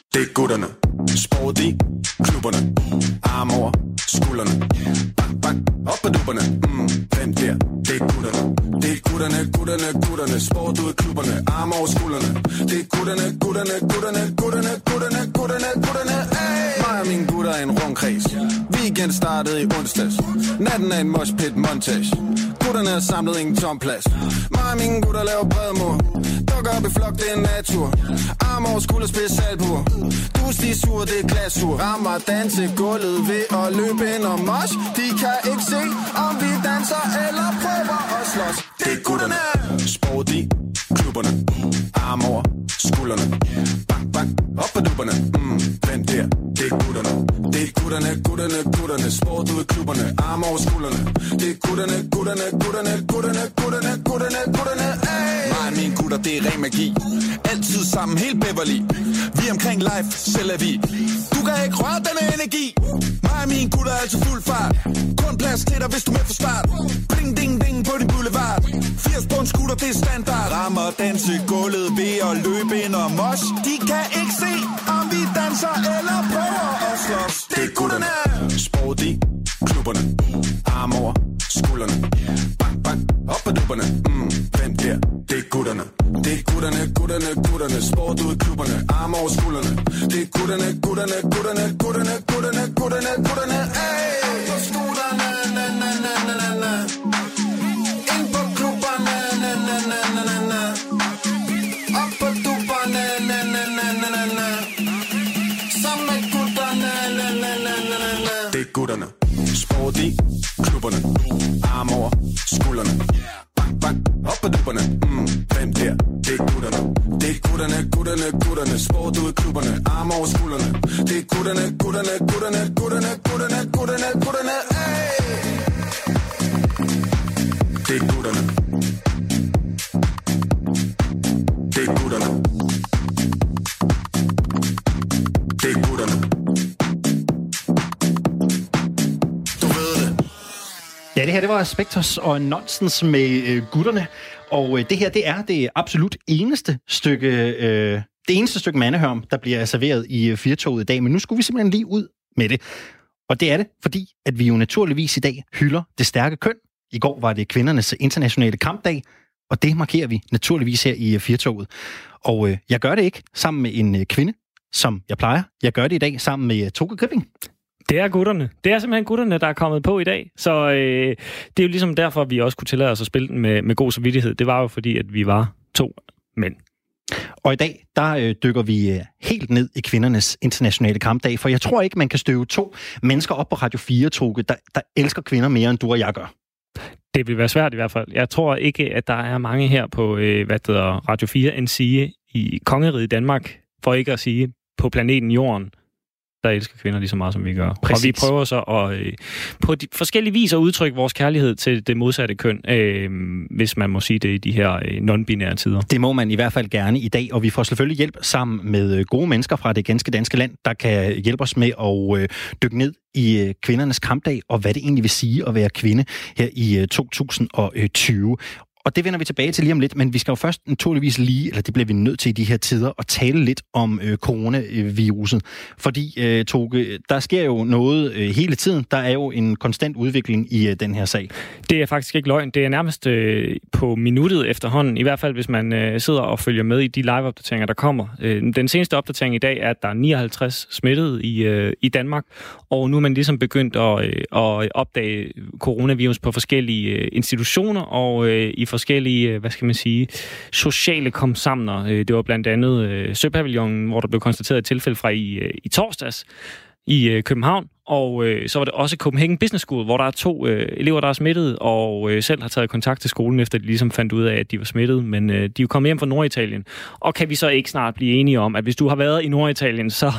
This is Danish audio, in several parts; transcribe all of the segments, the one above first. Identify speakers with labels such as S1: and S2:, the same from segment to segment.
S1: Det er gutterne. Sport i klubberne. Arm over skuldrene. Bang, bang, op på dupperne. Hvem der? Det er gutterne. Det er gutterne, gutterne, gutterne. Sport ud i klubberne. Arm over skuldrene. Det er gutterne, gutterne, gutterne, gutterne, gutterne, gutterne, gutterne. Mig og mine gutter er en rundkreds. Weekend startede i onsdags. Natten er en moshpit montage. Gutterne er samlet i en tom plads. Mig og mine gutter laver bredmur. Dukker op i flok, det er en natur. Arm over skulder, spids salbur. Du er sur, det er glasur. Rammer danse gulvet ved at løbe ind og mosh. De kan ikke se, om vi danser eller prøver at slås. Det er gutterne. Sport i klubberne. Arm over skuldrene. Bang, bang, op på dupperne. Hvem der? Det er gutterne. Det er gutterne, gutterne, gutterne. Sport ud i klubberne. Arm over skuldrene. Det er gutterne, gutterne, gutterne, gutterne, gutterne, gutterne, gutterne. Mig og mine gutter, det er ren magi. Altid sammen, helt Beverly. Vi er omkring life, selv er vi. Du kan ikke røre denne energi. Mig og mine gutter er altid fuld fart. Kun plads til dig, hvis du er med fra start. Bling, ding, ding på din boulevard. 80 på en scooter, det er standard. Rammer danse gulvet ved at løbe ind og mosh. De kan ikke se, om vi danser eller prøver at slås. Det er gutterne. Sport i klubberne. Arm over skuldrene. Bang, bang, op på dupperne. Hvem der? Det er gutterne. Det er gutterne, gutterne, gutterne. Sport ud i klubberne. Arm over skuldrene. Det er gutterne, gutterne, gutterne, gutterne, gutterne, gutterne, gutterne. Op på skuldrene, na, na, na, na, na, na. Ind på klubberne, na, na, na, na, na, na. Op på dupperne, na, na, na, na, na, na. Sammen med gutterne, na, na, na, na, na, na. Det er gutterne. Sport i klubberne. Arm over skuldrene. Bang, bang, op på dupperne. Hvem der? Det er gutterne. Det er gutterne, gutterne, gutterne. Sport ud i klubberne. Arm over skuldrene. Det er gutterne, gutterne, gutterne, gutterne, gutterne, gutterne, gutterne. Det er gutterne. Det er gutterne. Det er gutterne.
S2: Ja, det her det var Spectors og Nonsens med gutterne, og det her det er det absolut eneste stykke mandehørm, der bliver serveret i Firtoget i dag, men nu skulle vi simpelthen lige ud med det. Og det er det, fordi at vi jo naturligvis i dag hylder det stærke køn. I går var det kvindernes internationale kampdag, og det markerer vi naturligvis her i Firtoget. Og jeg gør det ikke sammen med en kvinde, som jeg plejer. Jeg gør det i dag sammen med Toke Gripping.
S3: Det er gutterne. Det er simpelthen gutterne, der er kommet på i dag. Så det er jo ligesom derfor, vi også kunne tillade os at spille den med god samvittighed. Det var jo fordi, at vi var 2 mænd.
S2: Og i dag, der dykker vi helt ned i kvindernes internationale kampdag, for jeg tror ikke, man kan støve 2 mennesker op på Radio 4, Toke, der elsker kvinder mere, end du og jeg gør.
S3: Det vil være svært i hvert fald. Jeg tror ikke, at der er mange her på Radio 4 end sige i kongeriget Danmark, for ikke at sige på planeten Jorden, der elsker kvinder lige så meget, som vi gør. Præcis. Og vi prøver så at på de forskellige vis at udtrykke vores kærlighed til det modsatte køn, hvis man må sige det i de her non-binære tider. Det må man i hvert fald gerne i dag, og vi får selvfølgelig hjælp sammen med gode mennesker fra det ganske danske land, der kan hjælpe os med at dykke ned i kvindernes kampdag, og hvad det egentlig vil sige at være kvinde her i 2020. Og det vender vi tilbage til lige om lidt, men vi skal jo først naturligvis eller det bliver vi nødt til i de her tider, at tale lidt om coronaviruset. Fordi, Toke, der sker jo noget hele tiden. Der er jo en konstant udvikling i den her sag. Det er faktisk ikke løgn. Det er nærmest på minuttet efterhånden. I hvert fald, hvis man sidder og følger med i de live-opdateringer, der kommer. Den seneste opdatering i dag er, at der er 59 smittede i Danmark. Og nu er man ligesom begyndt at opdage coronavirus på forskellige institutioner og i forskellige, sociale komsamner. Det var blandt andet Søpavillonen, hvor der blev konstateret et tilfælde fra i torsdags i København, og så var det også Copenhagen Business School, hvor der er 2 elever, der er smittet, og selv har taget kontakt til skolen, efter de ligesom fandt ud af, at de var smittet, men de er jo kommet hjem fra Norditalien. Og kan vi så ikke snart blive enige om, at hvis du har været i Norditalien, så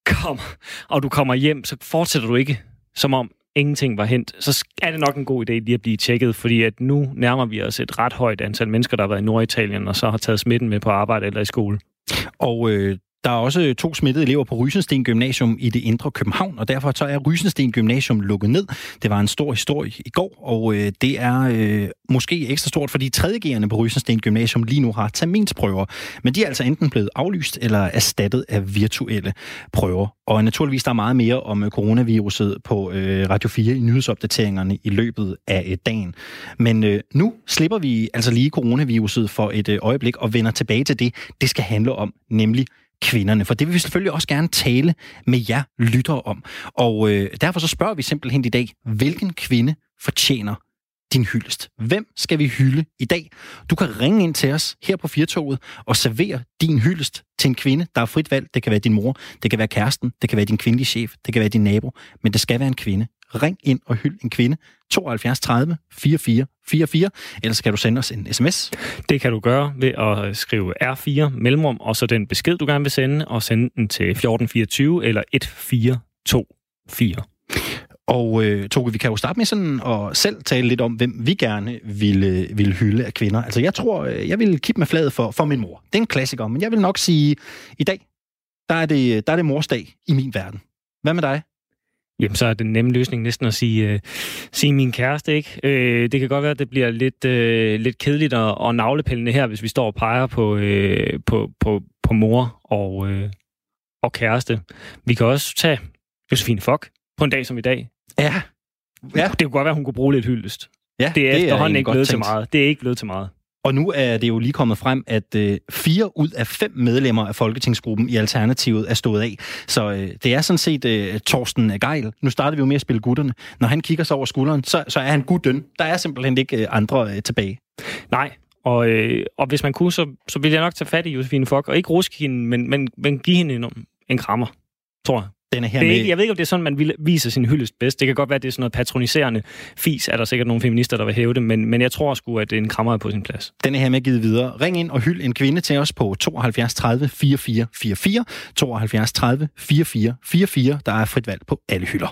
S3: og du kommer hjem, så fortsætter du ikke, som om ingenting var hent, så er det nok en god idé lige at blive tjekket, fordi at nu nærmer vi os et ret højt antal mennesker, der har været i Norditalien, og så har taget smitten med på arbejde eller i skole. Og
S2: Der er også 2 smittede elever på Rysensten Gymnasium i det indre København, og derfor så er Rysensten Gymnasium lukket ned. Det var en stor historie i går, og det er måske ekstra stort, fordi 3.G'erne på Rysensten Gymnasium lige nu har terminsprøver. Men de er altså enten blevet aflyst eller erstattet af virtuelle prøver. Og naturligvis der er meget mere om coronaviruset på Radio 4 i nyhedsopdateringerne i løbet af dagen. Men nu slipper vi altså lige coronaviruset for et øjeblik og vender tilbage til det skal handle om, nemlig kvinderne. For det vil vi selvfølgelig også gerne tale med jer lyttere om. Og derfor så spørger vi simpelthen i dag, hvilken kvinde fortjener din hyldest? Hvem skal vi hylde i dag? Du kan ringe ind til os her på Firtoget og servere din hyldest til en kvinde, der er frit valg. Det kan være din mor, det kan være kæresten, det kan være din kvindelige chef, det kan være din nabo, men det skal være en kvinde. Ring ind og hyld en kvinde. 72 30 44 44. Ellers kan du sende os en sms.
S3: Det kan du gøre ved at skrive R4 mellemrum, og så den besked, du gerne vil sende, og sende den til 1424 eller 1424.
S2: Og Toge, vi kan jo starte med sådan at selv tale lidt om, hvem vi gerne ville hylde af kvinder. Altså jeg tror, jeg vil kippe med flaget for min mor. Det er en klassiker, men jeg vil nok sige, i dag, der er det morsdag i min verden. Hvad med dig?
S3: Jamen, så er den nemme løsning næsten at sige min kæreste, ikke? Det kan godt være, at det bliver lidt kedeligt og navlepillende her, hvis vi står og peger på mor og kæreste. Vi kan også tage Josefine Fock på en dag som i dag.
S2: Ja.
S3: Det kunne godt være, at hun kunne bruge lidt hyldest.
S2: Ja,
S3: det er efterhånden ikke blevet til meget. Det er ikke blevet til meget.
S2: Og nu er det jo lige kommet frem, at 4 ud af 5 medlemmer af Folketingsgruppen i Alternativet er stået af. Så det er sådan set Torsten Gejl. Nu starter vi jo med at spille gutterne. Når han kigger sig over skulderen, så er han gutten. Der er simpelthen ikke andre tilbage.
S3: Nej, og hvis man kunne, så ville jeg nok tage fat i Josefine Fock, og ikke ruske hende, men give hende en krammer, tror jeg. Jeg ved ikke, om det er sådan, man viser sin hyldest bedst. Det kan godt være, at det er sådan noget patroniserende fis. Er der sikkert nogle feminister, der vil hæve det, men jeg tror sgu, at en krammer er på sin plads.
S2: Den er her med givet videre. Ring ind og hyld en kvinde til os på 72 30 44 44. 72 30 44 44. Der er frit valg på alle hylder.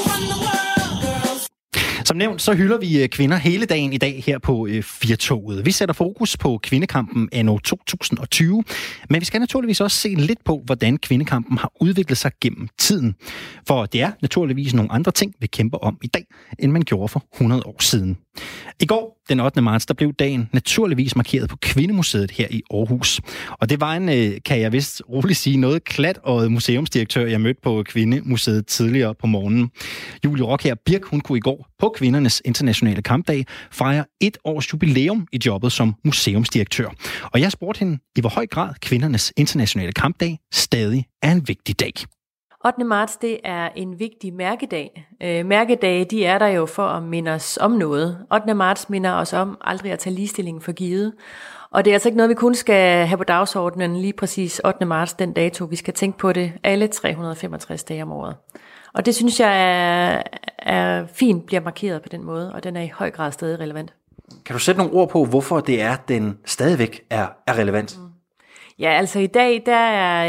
S2: Som nævnt, så hylder vi kvinder hele dagen i dag her på Firtoget. Vi sætter fokus på kvindekampen anno 2020, men vi skal naturligvis også se lidt på, hvordan kvindekampen har udviklet sig gennem tiden. For det er naturligvis nogle andre ting, vi kæmper om i dag, end man gjorde for 100 år siden. I går, den 8. marts, der blev dagen naturligvis markeret på Kvindemuseet her i Aarhus. Og det var en, kan jeg vist roligt sige, noget klatåret museumsdirektør, jeg mødte på Kvindemuseet tidligere på morgenen. Julie Rockher Birk, hun kunne i går på Kvindernes Internationale Kampdag fejre 1 års jubilæum i jobbet som museumsdirektør. Og jeg spurgte hende, i hvor høj grad Kvindernes Internationale Kampdag stadig er en vigtig dag.
S4: 8. marts, det er en vigtig mærkedag. Mærkedage, de er der jo for at minde os om noget. 8. marts minder os om aldrig at tage ligestillingen for givet. Og det er altså ikke noget, vi kun skal have på dagsordenen lige præcis 8. marts, den dato. Vi skal tænke på det alle 365 dage om året. Og det synes jeg er fint bliver markeret på den måde, og den er i høj grad stadig relevant.
S2: Kan du sætte nogle ord på, hvorfor det er, den stadigvæk er relevant?
S4: Ja, altså i dag, der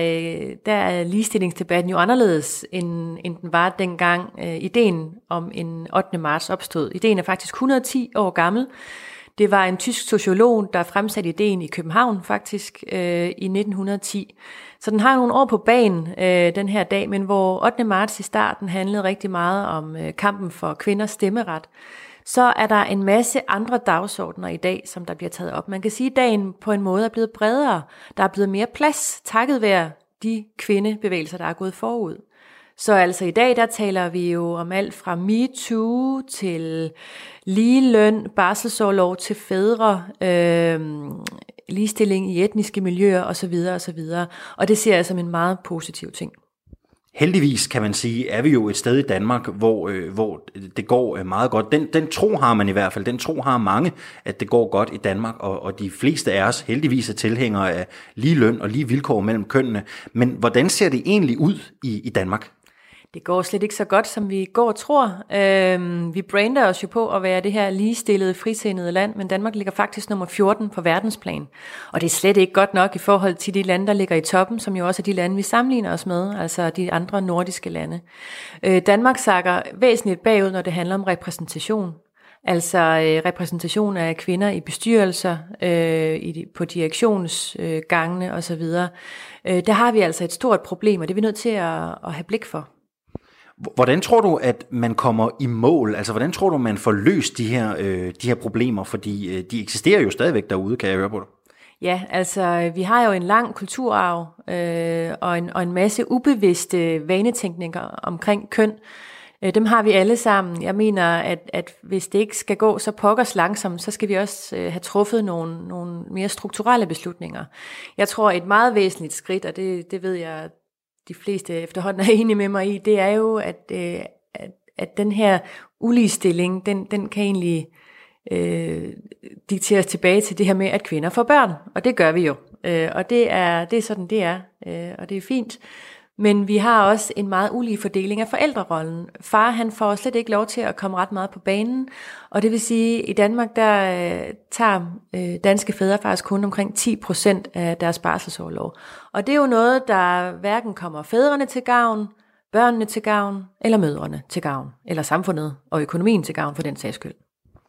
S4: er ligestillingsdebatten jo anderledes, end den var dengang ideen om en 8. marts opstod. Ideen er faktisk 110 år gammel. Det var en tysk sociolog, der fremsatte ideen i København faktisk i 1910. Så den har nogle år på banen, den her dag, men hvor 8. marts i starten handlede rigtig meget om kampen for kvinders stemmeret, så er der en masse andre dagsordner i dag, som der bliver taget op. Man kan sige, at dagen på en måde er blevet bredere. Der er blevet mere plads, takket være de kvindebevægelser, der er gået forud. Så altså i dag, der taler vi jo om alt fra MeToo til ligeløn, barselsorlov til fædre, ligestilling i etniske miljøer osv. osv. Og det ser jeg som en meget positiv ting.
S2: Heldigvis, kan man sige, er vi jo et sted i Danmark, hvor det går meget godt. Den tro har man i hvert fald, den tro har mange, at det går godt i Danmark, og de fleste af os heldigvis er tilhængere af lige løn og lige vilkår mellem kønnene. Men hvordan ser det egentlig ud i Danmark?
S4: Det går slet ikke så godt, som vi går og tror. Vi brander os jo på at være det her ligestillede, frisindede land, men Danmark ligger faktisk nummer 14 på verdensplan. Og det er slet ikke godt nok i forhold til de lande, der ligger i toppen, som jo også er de lande, vi sammenligner os med, altså de andre nordiske lande. Danmark sakker væsentligt bagud, når det handler om repræsentation. Altså repræsentation af kvinder i bestyrelser, på direktionsgangene osv. Der har vi altså et stort problem, og det er vi nødt til at have blik for.
S2: Hvordan tror du, at man kommer i mål? Altså, hvordan tror du, man får løst de her problemer? Fordi de eksisterer jo stadigvæk derude, kan jeg høre på det.
S4: Ja, altså vi har jo en lang kulturarv og en masse ubevidste vanetænkninger omkring køn. Dem har vi alle sammen. Jeg mener, at hvis det ikke skal gå så pokkers langsomt, så skal vi også have truffet nogle mere strukturelle beslutninger. Jeg tror, et meget væsentligt skridt, og det ved jeg, de fleste efterhånden er enige med mig i, det er jo, at den her uligestilling, den kan egentlig dikteres tilbage til det her med, at kvinder får børn. Og det gør vi jo. Og det er sådan, det er. Og det er fint. Men vi har også en meget ulige fordeling af forældrerollen. Far, han får slet ikke lov til at komme ret meget på banen. Og det vil sige, at i Danmark, der tager danske fædre faktisk kun omkring 10% af deres barselsorlov. Og det er jo noget, der hverken kommer fædrene til gavn, børnene til gavn, eller mødrene til gavn, eller samfundet og økonomien til gavn for den sags skyld.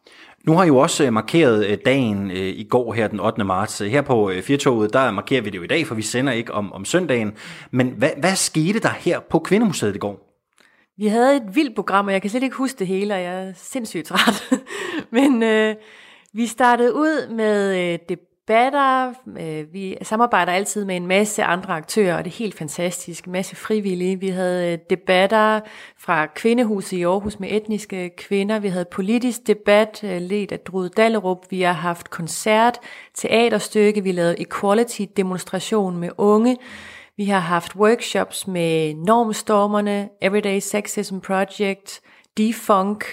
S2: Nu har I jo også markeret dagen i går her den 8. marts. Her på Firtoget, der markerer vi det jo i dag, for vi sender ikke om søndagen. Men hvad skete der her på Kvindemuseet i går?
S4: Vi havde et vildt program, og jeg kan slet ikke huske det hele, og jeg er sindssygt træt. Men vi startede ud med debatter. Vi samarbejder altid med en masse andre aktører, og det er helt fantastisk. En masse frivillige. Vi havde debatter fra Kvindehuset i Aarhus med etniske kvinder. Vi havde politisk debat, ledt af Drude Dallerup. Vi har haft koncert, teaterstykke. Vi lavede equality-demonstration med unge. Vi har haft workshops med normstormerne, Everyday Sexism Project, Defunk.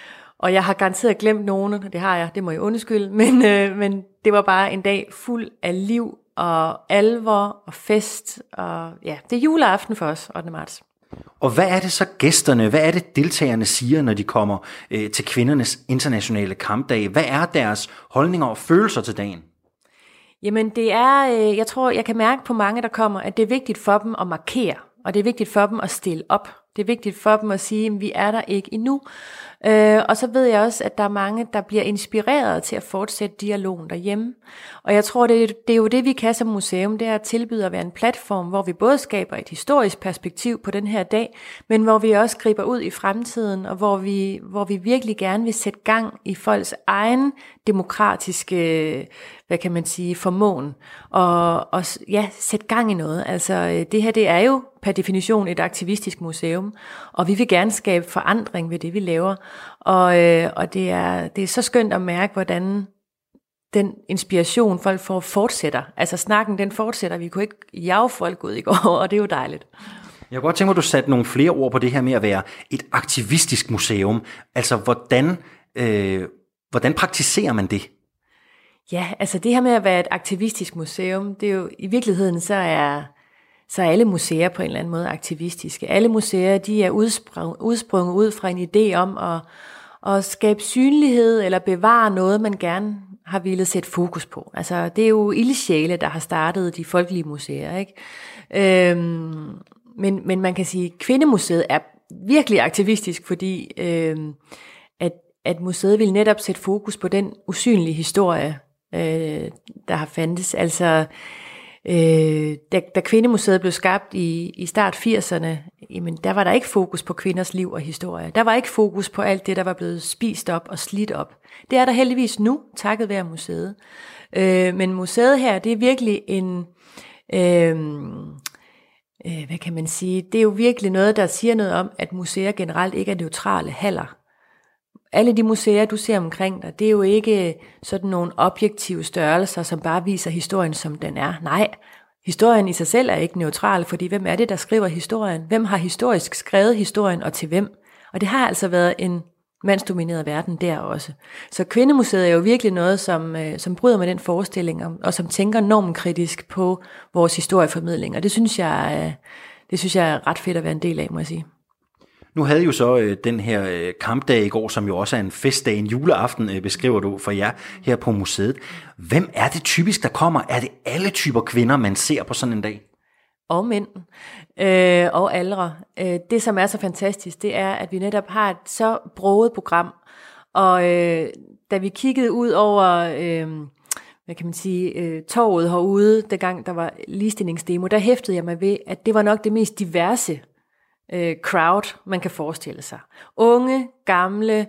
S4: Og jeg har garanteret glemt nogen, og det har jeg, det må jeg undskylde, men det var bare en dag fuld af liv og alvor og fest, og ja, det er juleaften for os, 8. marts.
S2: Og hvad er det så gæsterne, hvad er det deltagerne siger, når de kommer til kvindernes internationale kampdag? Hvad er deres holdninger og følelser til dagen?
S4: Jamen det er, jeg tror, jeg kan mærke på mange, der kommer, at det er vigtigt for dem at markere, og det er vigtigt for dem at stille op. Det er vigtigt for dem at sige, at vi er der ikke endnu. Og så ved jeg også, at der er mange, der bliver inspireret til at fortsætte dialogen derhjemme. Og jeg tror, det er jo det, vi kan som museum, det er at tilbyde at være en platform, hvor vi både skaber et historisk perspektiv på den her dag, men hvor vi også griber ud i fremtiden, og hvor vi virkelig gerne vil sætte gang i folks egen demokratiske, hvad kan man sige, formåen. Og ja, sætte gang i noget. Altså det her, det er jo per definition et aktivistisk museum, og vi vil gerne skabe forandring ved det, vi laver. Og det er så skønt at mærke, hvordan den inspiration, folk får, fortsætter. Altså snakken, den fortsætter. Vi kunne ikke jage folk ud i går, og det er jo dejligt.
S2: Jeg kunne godt tænke mig, at du satte nogle flere ord på det her med at være et aktivistisk museum. Altså, hvordan praktiserer man det?
S4: Ja, altså det her med at være et aktivistisk museum, det er jo i virkeligheden, så er alle museer på en eller anden måde aktivistiske. Alle museer, de er udsprunget ud fra en idé om at skabe synlighed eller bevare noget, man gerne har ville sætte fokus på. Altså det er jo ildsjæle, der har startet de folkelige museer, ikke? Men man kan sige, at Kvindemuseet er virkelig aktivistisk, fordi at museet vil netop sætte fokus på den usynlige historie, der har fandtes. Altså da Kvindemuseet blev skabt i start 80'erne, jamen der var der ikke fokus på kvinders liv og historie. Der var ikke fokus på alt det, der var blevet spist op og slidt op. Det er der heldigvis nu, takket være museet. Men museet her, det er virkelig en, hvad kan man sige, det er jo virkelig noget, der siger noget om, at museer generelt ikke er neutrale haller. Alle de museer, du ser omkring dig, det er jo ikke sådan nogle objektive størrelser, som bare viser historien, som den er. Nej, historien i sig selv er ikke neutral, fordi hvem er det, der skriver historien? Hvem har historisk skrevet historien, og til hvem? Og det har altså været en mandsdomineret verden der også. Så Kvindemuseet er jo virkelig noget, som bryder med den forestilling, og som tænker normkritisk på vores historieformidling. Og det synes jeg er ret fedt at være en del af, må jeg sige.
S2: Nu havde jo så den her kampdag i går, som jo også er en festdag, en juleaften, beskriver du for jer her på museet. Hvem er det typisk, der kommer? Er det alle typer kvinder, man ser på sådan en dag?
S4: Og mænd og aldre. Det, som er så fantastisk, det er, at vi netop har et så broget program, Og da vi kiggede ud over, hvad kan man sige, torvet herude, dengang der var ligestillingsdemo, der hæftede jeg mig ved, at det var nok det mest diverse crowd, man kan forestille sig. Unge, gamle,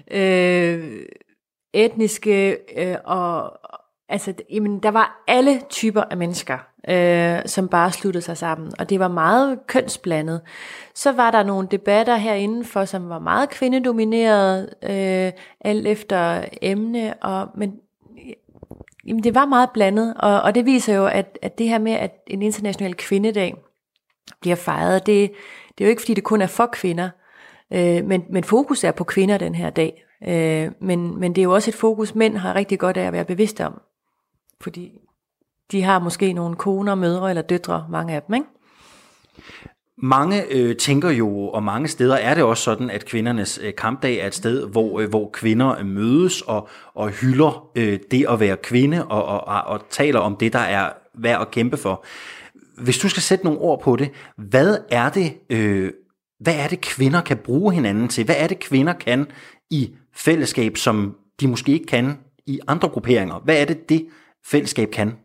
S4: etniske, og altså, jamen, der var alle typer af mennesker, som bare sluttede sig sammen, og det var meget kønsblandet. Så var der nogle debatter herindenfor, som var meget kvindedomineret, alt efter emne, men jamen, det var meget blandet, og det viser jo, at det her med, at en international kvindedag bliver fejret, det er jo ikke, fordi det kun er for kvinder, men fokus er på kvinder den her dag. Men det er jo også et fokus, mænd har rigtig godt af at være bevidste om. Fordi de har måske nogle koner, mødre eller døtre, mange af dem, ikke?
S2: Mange tænker jo, og mange steder er det også sådan, at kvindernes kampdag er et sted, hvor kvinder mødes og hylder det at være kvinde og taler om det, der er værd at kæmpe for. Hvis du skal sætte nogle ord på det, hvad er det kvinder kan bruge hinanden til? Hvad er det kvinder kan i fællesskab, som de måske ikke kan i andre grupperinger? Hvad er det fællesskab kan?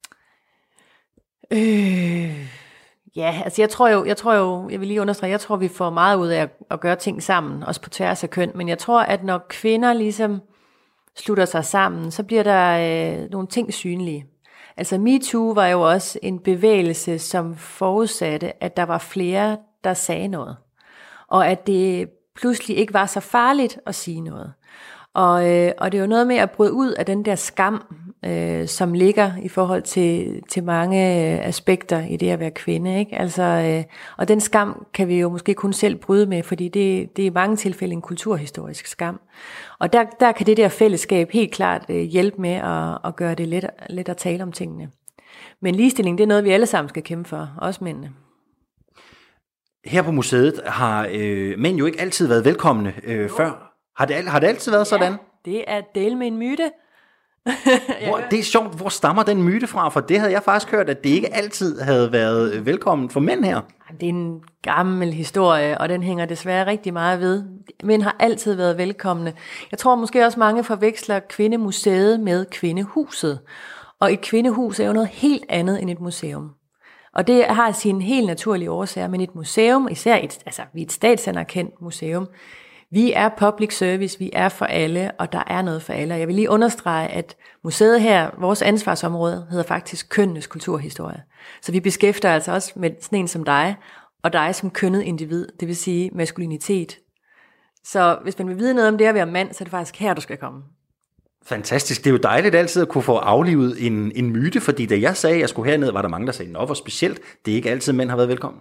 S4: Ja, altså jeg vil lige understrege, jeg tror vi får meget ud af at gøre ting sammen, også på tværs af køn, men jeg tror, at når kvinder ligesom slutter sig sammen, så bliver der nogle ting synlige. Altså MeToo var jo også en bevægelse, som forudsatte, at der var flere, der sagde noget, og at det pludselig ikke var så farligt at sige noget. Og det er jo noget med at bryde ud af den der skam, som ligger i forhold til mange aspekter i det at være kvinde, ikke? Altså, og den skam kan vi jo måske kun selv bryde med, fordi det er i mange tilfælde en kulturhistorisk skam. Og der kan det der fællesskab helt klart hjælpe med at gøre det let at tale om tingene. Men ligestilling, det er noget, vi alle sammen skal kæmpe for, også mændene.
S2: Her på museet har mænd jo ikke altid været velkomne før. Har det altid været sådan?
S4: Ja, det er del med en myte.
S2: Det er sjovt, hvor stammer den myte fra? For det havde jeg faktisk hørt, at det ikke altid havde været velkommen for mænd her.
S4: Det er en gammel historie, og den hænger desværre rigtig meget ved. Mænd har altid været velkomne. Jeg tror måske også mange forveksler Kvindemuseet med Kvindehuset. Og et kvindehus er jo noget helt andet end et museum. Og det har sine helt naturlige årsager, men et museum, især vi er et statsanerkendt museum, vi er public service, vi er for alle, og der er noget for alle. Og jeg vil lige understrege, at museet her, vores ansvarsområde, hedder faktisk kønnenes kulturhistorie. Så vi beskæftiger altså også med sådan en som dig, og dig som kønnet individ, det vil sige maskulinitet. Så hvis man vil vide noget om det at være mand, så er det faktisk her, du skal komme.
S2: Fantastisk. Det er jo dejligt altid at kunne få aflivet en myte, fordi da jeg sagde, at jeg skulle herned, var der mange, der sagde, nå, hvor specielt. Det er ikke altid, mænd har været velkommen.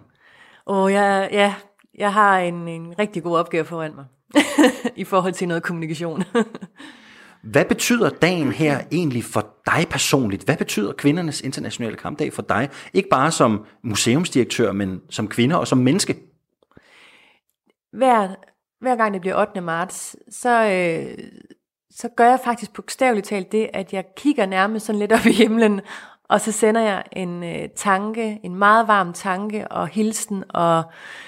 S4: Jeg har en rigtig god opgave foran mig i forhold til noget kommunikation.
S2: Hvad betyder dagen her egentlig for dig personligt? Hvad betyder kvindernes internationale kampdag for dig? Ikke bare som museumsdirektør, men som kvinde og som menneske.
S4: Hver gang det bliver 8. marts, så gør jeg faktisk bogstaveligt talt det, at jeg kigger nærmest sådan lidt op i himlen, og så sender jeg en meget varm tanke og hilsen og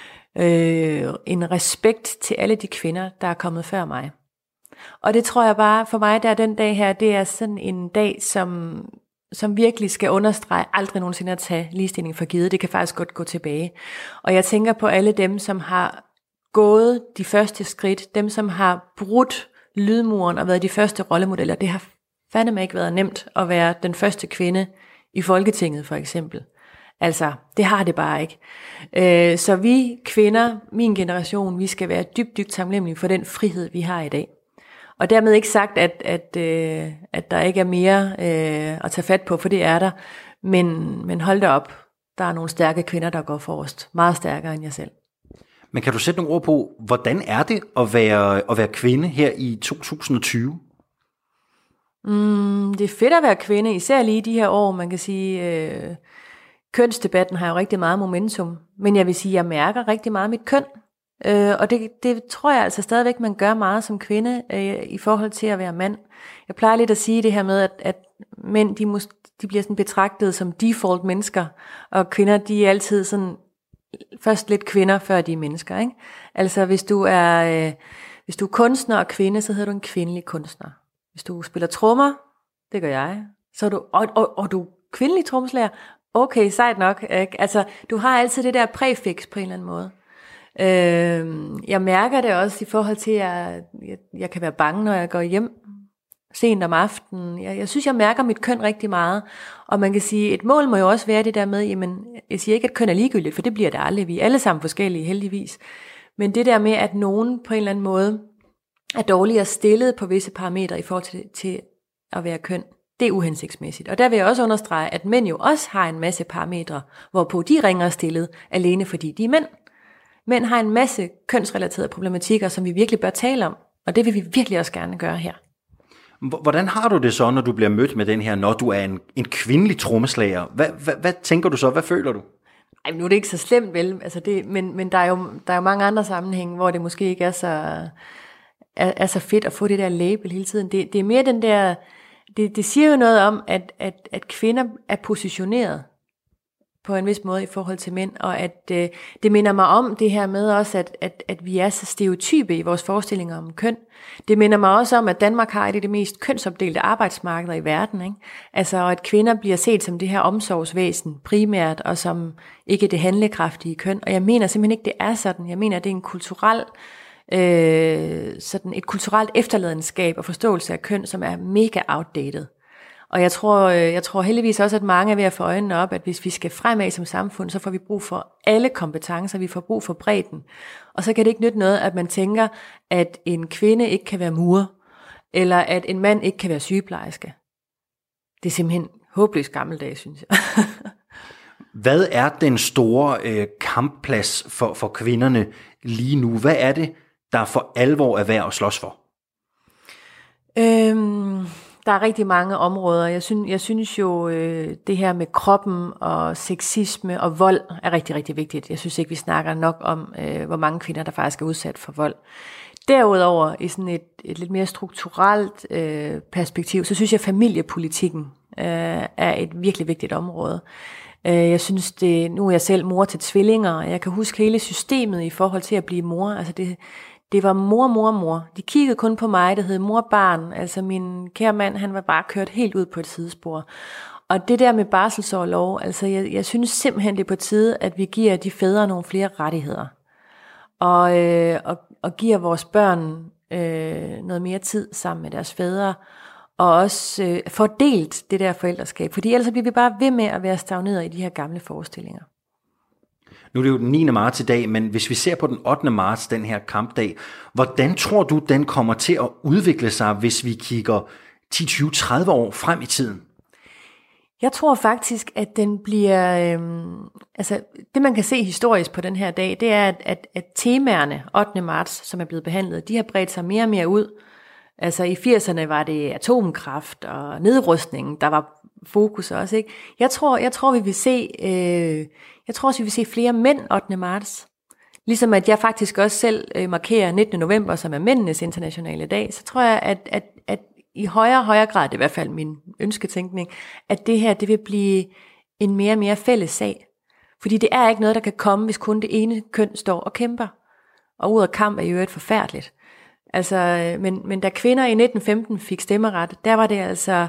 S4: en respekt til alle de kvinder, der er kommet før mig. Og det tror jeg bare, for mig, der den dag her, det er sådan en dag, som virkelig skal understrege aldrig nogensinde at tage ligestilling for givet. Det kan faktisk godt gå tilbage. Og jeg tænker på alle dem, som har gået de første skridt, dem som har brudt lydmuren og været de første rollemodeller. Det har fandeme ikke været nemt at være den første kvinde i Folketinget, for eksempel. Altså, det har det bare ikke. Så vi kvinder, min generation, vi skal være dybt taknemmelige for den frihed, vi har i dag. Og dermed ikke sagt, at der ikke er mere at tage fat på, for det er der. Men hold da op, der er nogle stærke kvinder, der går forrest. Meget stærkere end jeg selv.
S2: Men kan du sætte nogle ord på, hvordan er det at være kvinde her i 2020?
S4: Det er fedt at være kvinde, især lige i de her år. Man kan sige, kønsdebatten har jo rigtig meget momentum. Men jeg vil sige, at jeg mærker rigtig meget mit køn. Og det tror jeg altså stadigvæk, man gør meget som kvinde i forhold til at være mand. Jeg plejer lidt at sige det her med, at mænd de bliver sådan betragtet som default mennesker, og kvinder de er altid sådan først lidt kvinder, før de er mennesker, ikke? Altså hvis Hvis du er kunstner og kvinde, så hedder du en kvindelig kunstner. Hvis du spiller trommer, det gør jeg, så er du, og du er kvindelig trommeslager, okay, sejt nok. Ikke? Altså, du har altid det der præfiks på en eller anden måde. Jeg mærker det også i forhold til, at jeg kan være bange, når jeg går hjem sent om aftenen. Jeg synes, jeg mærker mit køn rigtig meget. Og man kan sige, et mål må jo også være det der med, jamen, jeg siger ikke, at køn er ligegyldigt, for det bliver det aldrig. Vi er alle sammen forskellige, heldigvis. Men det der med, at nogen på en eller anden måde er dårligere stillet på visse parametre i forhold til at være køn, det er uhensigtsmæssigt. Og der vil jeg også understrege, at mænd jo også har en masse parametre, hvorpå de ringer stillet, alene fordi de er mænd. Mænd har en masse kønsrelaterede problematikker, som vi virkelig bør tale om, og det vil vi virkelig også gerne gøre her.
S2: Hvordan har du det så, når du bliver mødt med den her, når du er en kvindelig trommeslager? Hvad tænker du så? Hvad føler du?
S4: Ej, nu er det ikke så slemt, vel? Altså men der er jo mange andre sammenhænge, hvor det måske ikke er så fedt at få det der label hele tiden. Det er mere den der... Det siger jo noget om, at kvinder er positioneret på en vis måde i forhold til mænd, og at det minder mig om det her med også, at vi er så stereotype i vores forestillinger om køn. Det minder mig også om, at Danmark har et af de mest kønsopdelte arbejdsmarkeder i verden, ikke? Altså, at kvinder bliver set som det her omsorgsvæsen primært, og som ikke det handlekraftige køn. Og jeg mener simpelthen ikke, det er sådan. Jeg mener, at det er en kulturel sådan et kulturelt efterladenskab og forståelse af køn, som er mega outdated. Og jeg tror heldigvis også, at mange er ved at få øjnene op, at hvis vi skal fremad som samfund, så får vi brug for alle kompetencer, vi får brug for bredden. Og så kan det ikke nytte noget, at man tænker, at en kvinde ikke kan være murer, eller at en mand ikke kan være sygeplejerske. Det er simpelthen håbløst gammeldags, synes jeg.
S2: Hvad er den store kampplads for kvinderne lige nu? Hvad er det, der for alvor er værd at slås for?
S4: Der er rigtig mange områder. Jeg synes jo, det her med kroppen og sexisme og vold er rigtig, rigtig vigtigt. Jeg synes ikke, vi snakker nok om, hvor mange kvinder, der faktisk er udsat for vold. Derudover, i sådan et lidt mere strukturelt perspektiv, så synes jeg, at familiepolitikken er et virkelig vigtigt område. Jeg synes, nu er jeg selv mor til tvillinger, og jeg kan huske hele systemet i forhold til at blive mor. Altså det var mor. De kiggede kun på mig, det hed mor-barn. Altså min kære mand, han var bare kørt helt ud på et sidespor. Og det der med barselsorlov, altså jeg synes simpelthen, det er på tide, at vi giver de fædre nogle flere rettigheder. Og giver vores børn noget mere tid sammen med deres fædre. Og også fordelt det der forældreskab. Fordi ellers bliver vi bare ved med at være stagneret i de her gamle forestillinger.
S2: Nu er det jo den 9. marts i dag, men hvis vi ser på den 8. marts, den her kampdag, hvordan tror du, den kommer til at udvikle sig, hvis vi kigger 10, 20, 30 år frem i tiden?
S4: Jeg tror faktisk, at den bliver... altså, det man kan se historisk på den her dag, det er, at temaerne 8. marts, som er blevet behandlet, de har bredt sig mere og mere ud. Altså i 80'erne var det atomkraft og nedrustning, der var fokus også, ikke? Jeg tror vi vil se vi vil se flere mænd 8. marts. Ligesom at jeg faktisk også selv markerer 19. november, som er mændenes internationale dag, så tror jeg, at i højere grad, det er i hvert fald min ønsketænkning, at det her, det vil blive en mere og mere fælles sag. Fordi det er ikke noget, der kan komme, hvis kun det ene køn står og kæmper. Og ordet kamp er jo et forfærdeligt. Altså, men da kvinder i 1915 fik stemmeret, der var det altså,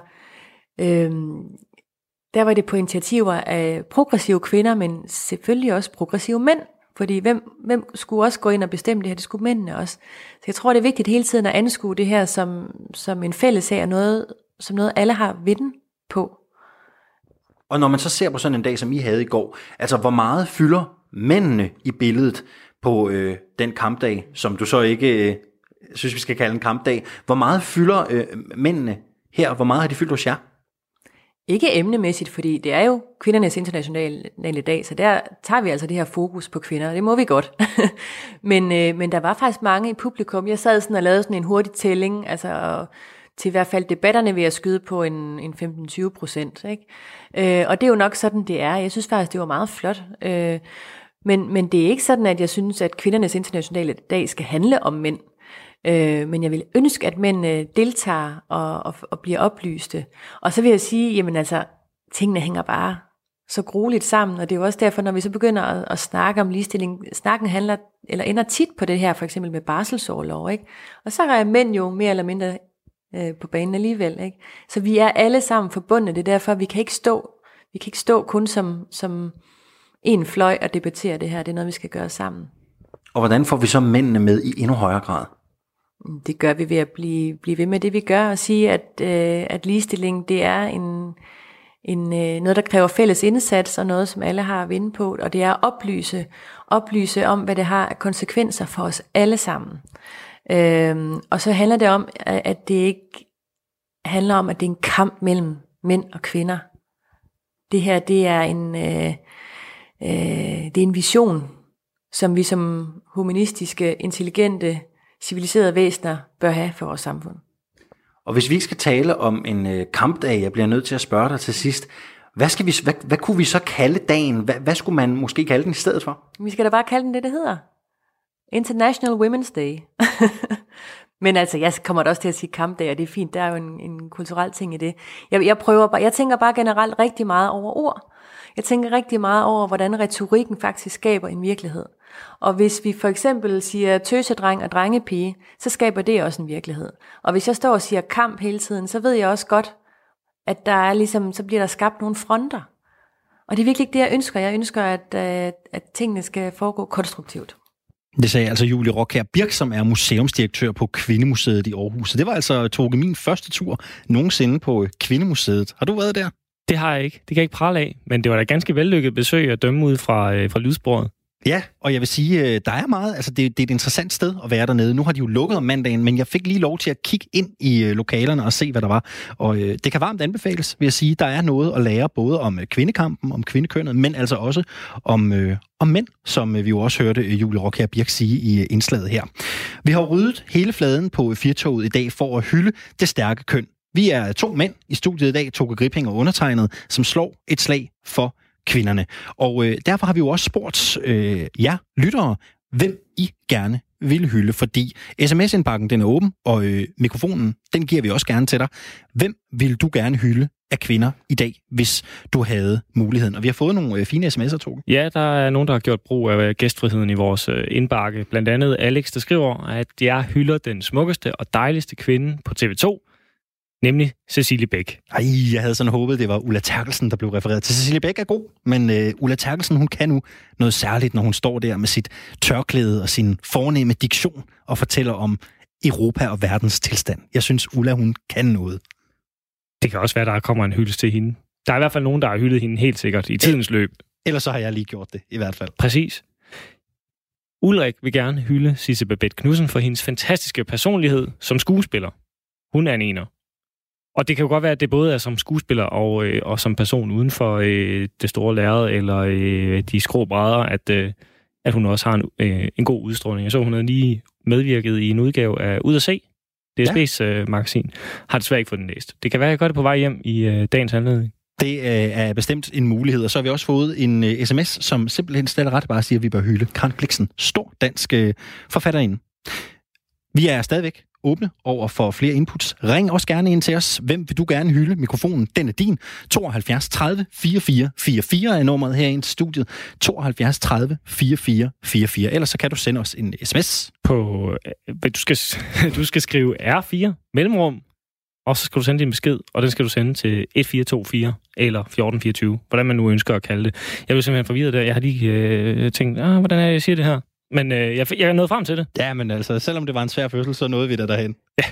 S4: der var det på initiativer af progressive kvinder, men selvfølgelig også progressive mænd. Fordi hvem skulle også gå ind og bestemme det her? Det skulle mændene også. Så jeg tror, det er vigtigt hele tiden at anskue det her som en fælles sag, og noget, som noget alle har viden på.
S2: Og når man så ser på sådan en dag, som I havde i går, altså hvor meget fylder mændene i billedet på den kampdag, som du så ikke synes, vi skal kalde en kampdag. Hvor meget fylder mændene her? Hvor meget har de fyldt hos jer?
S4: Ikke emnemæssigt, fordi det er jo kvindernes internationale dag, så der tager vi altså det her fokus på kvinder, det må vi godt. men der var faktisk mange i publikum. Jeg sad sådan og lavede sådan en hurtig tælling, altså til i hvert fald debatterne ved at skyde på en 15-20%, ikke? Og det er jo nok sådan, det er. Jeg synes faktisk, det var meget flot. Men det er ikke sådan, at jeg synes, at kvindernes internationale dag skal handle om mænd. Men jeg vil ønske, at mænd deltager og bliver oplyste. Og så vil jeg sige, jamen altså, tingene hænger bare så grueligt sammen, og det er jo også derfor, når vi så begynder at snakke om ligestilling, snakken handler, eller ender tit på det her, for eksempel med barselsorlov, ikke? Og så er mænd jo mere eller mindre på banen alligevel, ikke? Så vi er alle sammen forbundne, det er derfor, vi kan ikke stå kun som en fløj og debattere det her, det er noget, vi skal gøre sammen.
S2: Og hvordan får vi så mændene med i endnu højere grad?
S4: Det gør vi ved at blive ved med det, vi gør, og sige, at ligestilling, det er noget, der kræver fælles indsats, og noget, som alle har at vinde på, og det er at oplyse om, hvad det har af konsekvenser for os alle sammen. Og så handler det om, at det ikke handler om, at det er en kamp mellem mænd og kvinder. Det her, det er en vision, som vi som humanistiske, intelligente, civiliserede væsener bør have for vores samfund.
S2: Og hvis vi ikke skal tale om en kampdag, jeg bliver nødt til at spørge dig til sidst, hvad kunne vi så kalde dagen? Hvad skulle man måske kalde den i stedet for?
S4: Vi skal da bare kalde den det hedder. International Women's Day. Men altså, jeg kommer da også til at sige kampdag, og det er fint, der er jo en kulturel ting i det. Jeg tænker bare generelt rigtig meget over ord. Jeg tænker rigtig meget over, hvordan retorikken faktisk skaber en virkelighed. Og hvis vi for eksempel siger tøsedreng og drengepige, så skaber det også en virkelighed. Og hvis jeg står og siger kamp hele tiden, så ved jeg også godt, at der er ligesom, så bliver der skabt nogle fronter. Og det er virkelig ikke det, jeg ønsker. Jeg ønsker, at tingene skal foregå konstruktivt.
S2: Det sagde altså Julie Raakjær Birk, som er museumsdirektør på Kvindemuseet i Aarhus. Så det var altså, Toge, min første tur nogensinde på Kvindemuseet. Har du været der?
S3: Det har jeg ikke. Det kan jeg ikke prale af. Men det var da ganske vellykket besøg at dømme ud fra lydsporet.
S2: Ja, og jeg vil sige, der er meget, altså det er et interessant sted at være dernede. Nu har de jo lukket om mandagen, men jeg fik lige lov til at kigge ind i lokalerne og se, hvad der var. Og det kan varmt anbefales, vil jeg sige. Der er noget at lære både om kvindekampen, om kvindekønnet, men altså også om mænd, som vi jo også hørte Julie Raakjær Birk sige i indslaget her. Vi har ryddet hele fladen på Firtoget i dag for at hylde det stærke køn. Vi er 2 mænd i studiet i dag, Toge Gripping og undertegnet, som slår et slag for kvinderne. Og derfor har vi jo også spurgt jer lyttere, hvem I gerne vil hylde, fordi sms-indbakken den er åben, og mikrofonen, den giver vi også gerne til dig. Hvem vil du gerne hylde af kvinder i dag, hvis du havde muligheden? Og vi har fået nogle fine sms'er, Toge.
S3: Ja, der er nogen, der har gjort brug af gæstfriheden i vores indbakke. Blandt andet Alex, der skriver, at jeg hylder den smukkeste og dejligste kvinde på TV2, nemlig Cecilie Bæk.
S2: Ej, jeg havde sådan håbet, det var Ulla Terkelsen, der blev refereret til. Cecilie Bæk er god, men Ulla Terkelsen, hun kan nu noget særligt, når hun står der med sit tørklæde og sin fornemme diktion og fortæller om Europa og verdens tilstand. Jeg synes, Ulla, hun kan noget.
S3: Det kan også være, der kommer en hyldest til hende. Der er i hvert fald nogen, der har hyldet hende helt sikkert i tidens løb.
S2: Ellers så har jeg lige gjort det, i hvert fald.
S3: Præcis. Ulrik vil gerne hylde Sisse Babette Knudsen for hendes fantastiske personlighed som skuespiller. Hun er en ener. Og det kan jo godt være, at det både er som skuespiller og som person uden for det store lærred eller de skrå brædder, at hun også har en god udstråling. Jeg så, hun havde lige medvirket i en udgave af Ud at se, DSB's magasin. Har desværre ikke fået den læst. Det kan være, at jeg gør det på vej hjem i dagens anledning. Det
S2: er bestemt en mulighed, og så har vi også fået en sms, som simpelthen stille ret bare siger, at vi bør hylde Karen Blixen, stor dansk forfatterinde. Vi er stadigvæk åbne over for flere inputs. Ring også gerne ind til os. Hvem vil du gerne hylde? Mikrofonen, den er din. 72 30 44 44 er nummeret herinde til studiet. 72 30 44 44. Ellers så kan du sende os en sms.
S3: Du skal skrive R4, mellemrum, og så skal du sende din besked, og den skal du sende til 1424 eller 1424, hvordan man nu ønsker at kalde det. Jeg blev simpelthen forvirret der. Jeg har lige tænkt, hvordan er det, jeg siger det her? Men jeg er nået frem til det.
S2: Ja, men altså, selvom det var en svær fødsel, så nåede vi der derhen.
S3: Ja.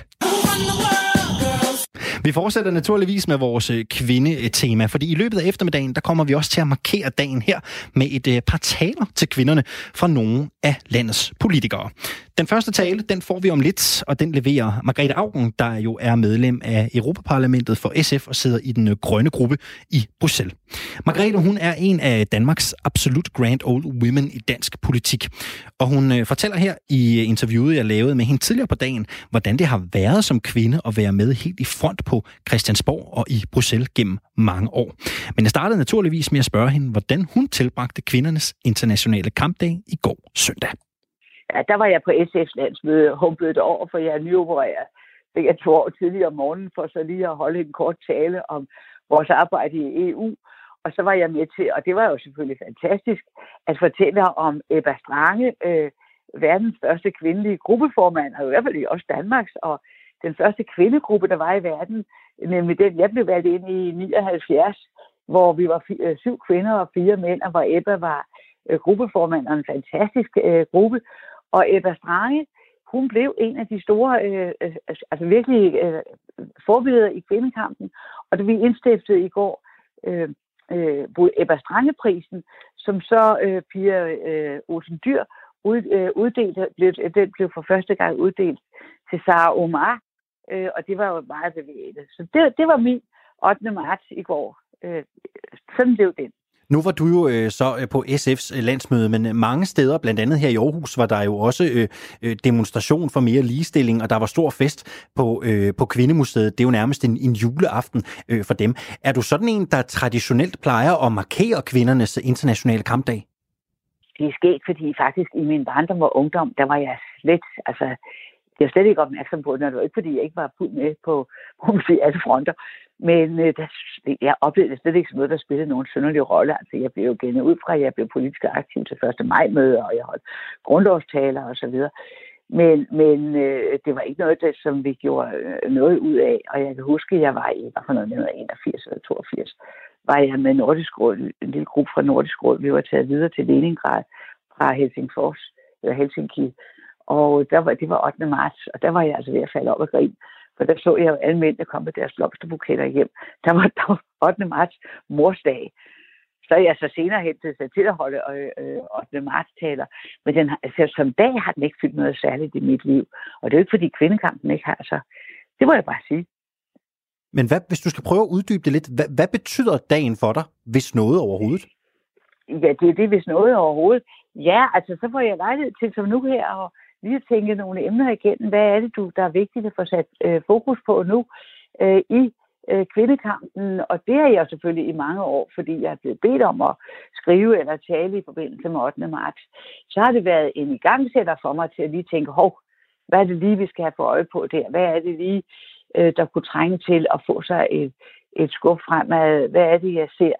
S2: Vi fortsætter naturligvis med vores kvindetema, fordi i løbet af eftermiddagen, der kommer vi også til at markere dagen her med et par taler til kvinderne fra nogle af landets politikere. Den første tale, den får vi om lidt, og den leverer Margrethe Auken, der jo er medlem af Europaparlamentet for SF og sidder i den grønne gruppe i Bruxelles. Margrethe, hun er en af Danmarks absolut grand old women i dansk politik, og hun fortæller her i interviewet, jeg lavede med hende tidligere på dagen, hvordan det har været som kvinde at være med helt i front på Christiansborg og i Bruxelles gennem mange år. Men jeg startede naturligvis med at spørge hende, hvordan hun tilbragte kvindernes internationale kampdag i går søndag.
S5: Ja, der var jeg på SF's landsmøde, humpede det over, for jeg er nyopereret. Det jeg 2 år tidligere om morgenen, for så lige at holde en kort tale om vores arbejde i EU. Og så var jeg med til, og det var jo selvfølgelig fantastisk, at fortælle om Ebba Strange, verdens første kvindelige gruppeformand, og i hvert fald også Danmarks, og den første kvindegruppe, der var i verden, nemlig den, jeg blev valgt ind i 79, hvor vi var 7 kvinder og 4 mænd, og hvor Ebba var gruppeformand og en fantastisk gruppe. Og Ebba Strange, hun blev en af de store, altså virkelig forbilleder i kvindekampen, og det vi indstiftede i går, Ebba Strange-prisen, som så Pia Olsen Dyhr uddelte, den blev for første gang uddelt til Sara Omar, og det var jo meget bevægende. Så det var min 8. marts i går. Sådan blev det.
S2: Nu var du jo så på SF's landsmøde, men mange steder, blandt andet her i Aarhus, var der jo også demonstration for mere ligestilling, og der var stor fest på Kvindemuseet. Det er jo nærmest en juleaften for dem. Er du sådan en, der traditionelt plejer at markere kvindernes internationale kampdag?
S5: Det er sket, fordi faktisk i min barndom og ungdom, der var jeg slet, jeg var slet ikke opmærksom på det, og det var ikke, fordi jeg ikke var fuldt med på alle fronter. Men jeg oplevede det slet ikke som noget, der spillede nogen synderlig rolle. Altså, jeg blev jo gennet ud fra, at jeg blev politisk aktiv til 1. maj-møder, og jeg holdt grundlovstaler og så videre. Men det var ikke noget, som vi gjorde noget ud af. Og jeg kan huske, at jeg var i 1981 eller 82, var jeg med Nordisk Råd, en lille gruppe fra Nordisk Råd. Vi var taget videre til Leningrad fra Helsinki. Og det var 8. marts, og der var jeg altså ved at falde op af grin. For der så jeg jo alle mænd, der kom med deres blomsterbuketter hjem. Der var 8. marts morsdag. Så er jeg så senere hentet sig til at holde 8. marts-taler. Men som dag har den ikke fyldt noget særligt i mit liv. Og det er jo ikke, fordi kvindekampen ikke har så. Det må jeg bare sige.
S2: Men hvis du skal prøve at uddybe det lidt, hvad betyder dagen for dig, hvis noget overhovedet?
S5: Ja, det er det, hvis noget overhovedet. Ja, altså så får jeg lejlighed til som nu her og lige tænke nogle emner igennem. Hvad er det, der er vigtigt at få sat fokus på nu i kvindekampen? Og det har jeg selvfølgelig i mange år, fordi jeg er blevet bedt om at skrive eller tale i forbindelse med 8. marts. Så har det været en igangsætter for mig til at lige tænke, hvad er det lige, vi skal have for øje på der? Hvad er det lige, der kunne trænge til at få sig et skub fremad? Hvad er det, jeg ser,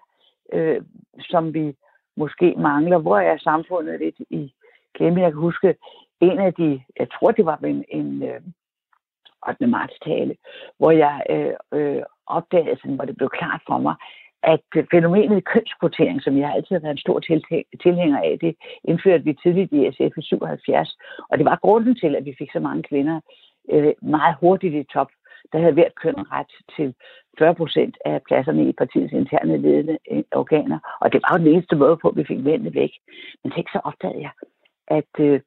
S5: som vi måske mangler? Hvor er samfundet lidt i klemme? Jeg kan huske, en af de, jeg tror det var en 8. marts-tale, hvor jeg opdagede, sådan, hvor det blev klart for mig, at fænomenet kønskvotering, som jeg altid har været en stor tilhænger af, det indførte vi tidligt i SF i 77. Og det var grunden til, at vi fik så mange kvinder meget hurtigt i top, der havde hvert køn ret til 40% af pladserne i partiets interne ledende organer. Og det var jo den eneste måde på, at vi fik mændene væk. Men så opdagede jeg, at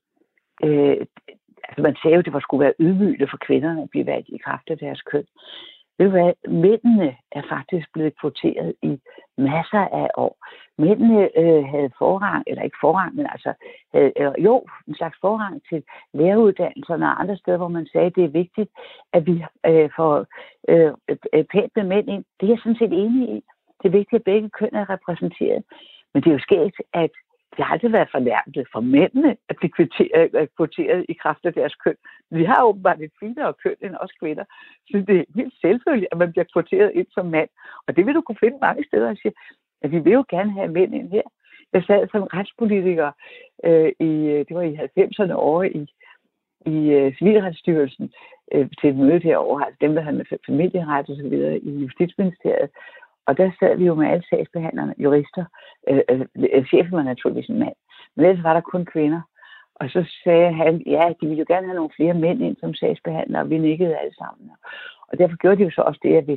S5: man sagde jo, at det skulle være ydmygende for kvinderne at blive valgt i kraft af deres køn. Ved du hvad? Mændene er faktisk blevet kvoteret i masser af år. Mændene havde forrang, eller ikke forrang, men altså en slags forrang til læreruddannelserne og andre steder, hvor man sagde, at det er vigtigt, at vi får pænt med mænd ind. Det er jeg sådan set enig i. Det er vigtigt, at begge køn er repræsenteret. Men det er jo sket, at det har aldrig været fornærmende for mændene at blive kvoteret i kraft af deres køn. Vi har åbenbart et finere køn end os kvinder. Så det er helt selvfølgelig, at man bliver kvoteret ind som mand. Og det vil du kunne finde mange steder, og sige, at vi vil jo gerne have mænd ind her. Jeg sad som retspolitiker, det var i 90'erne over i Civilretsstyrelsen til et møde herovre, altså dem, der havde med familieret og så videre i Justitsministeriet. Og der sad vi jo med alle sagsbehandlerne, jurister. Chefen var naturligvis en mand. Men ellers var der kun kvinder. Og så sagde han, ja, de ville jo gerne have nogle flere mænd ind som sagsbehandlere, og vi nikkede alle sammen. Og derfor gjorde de jo så også det, at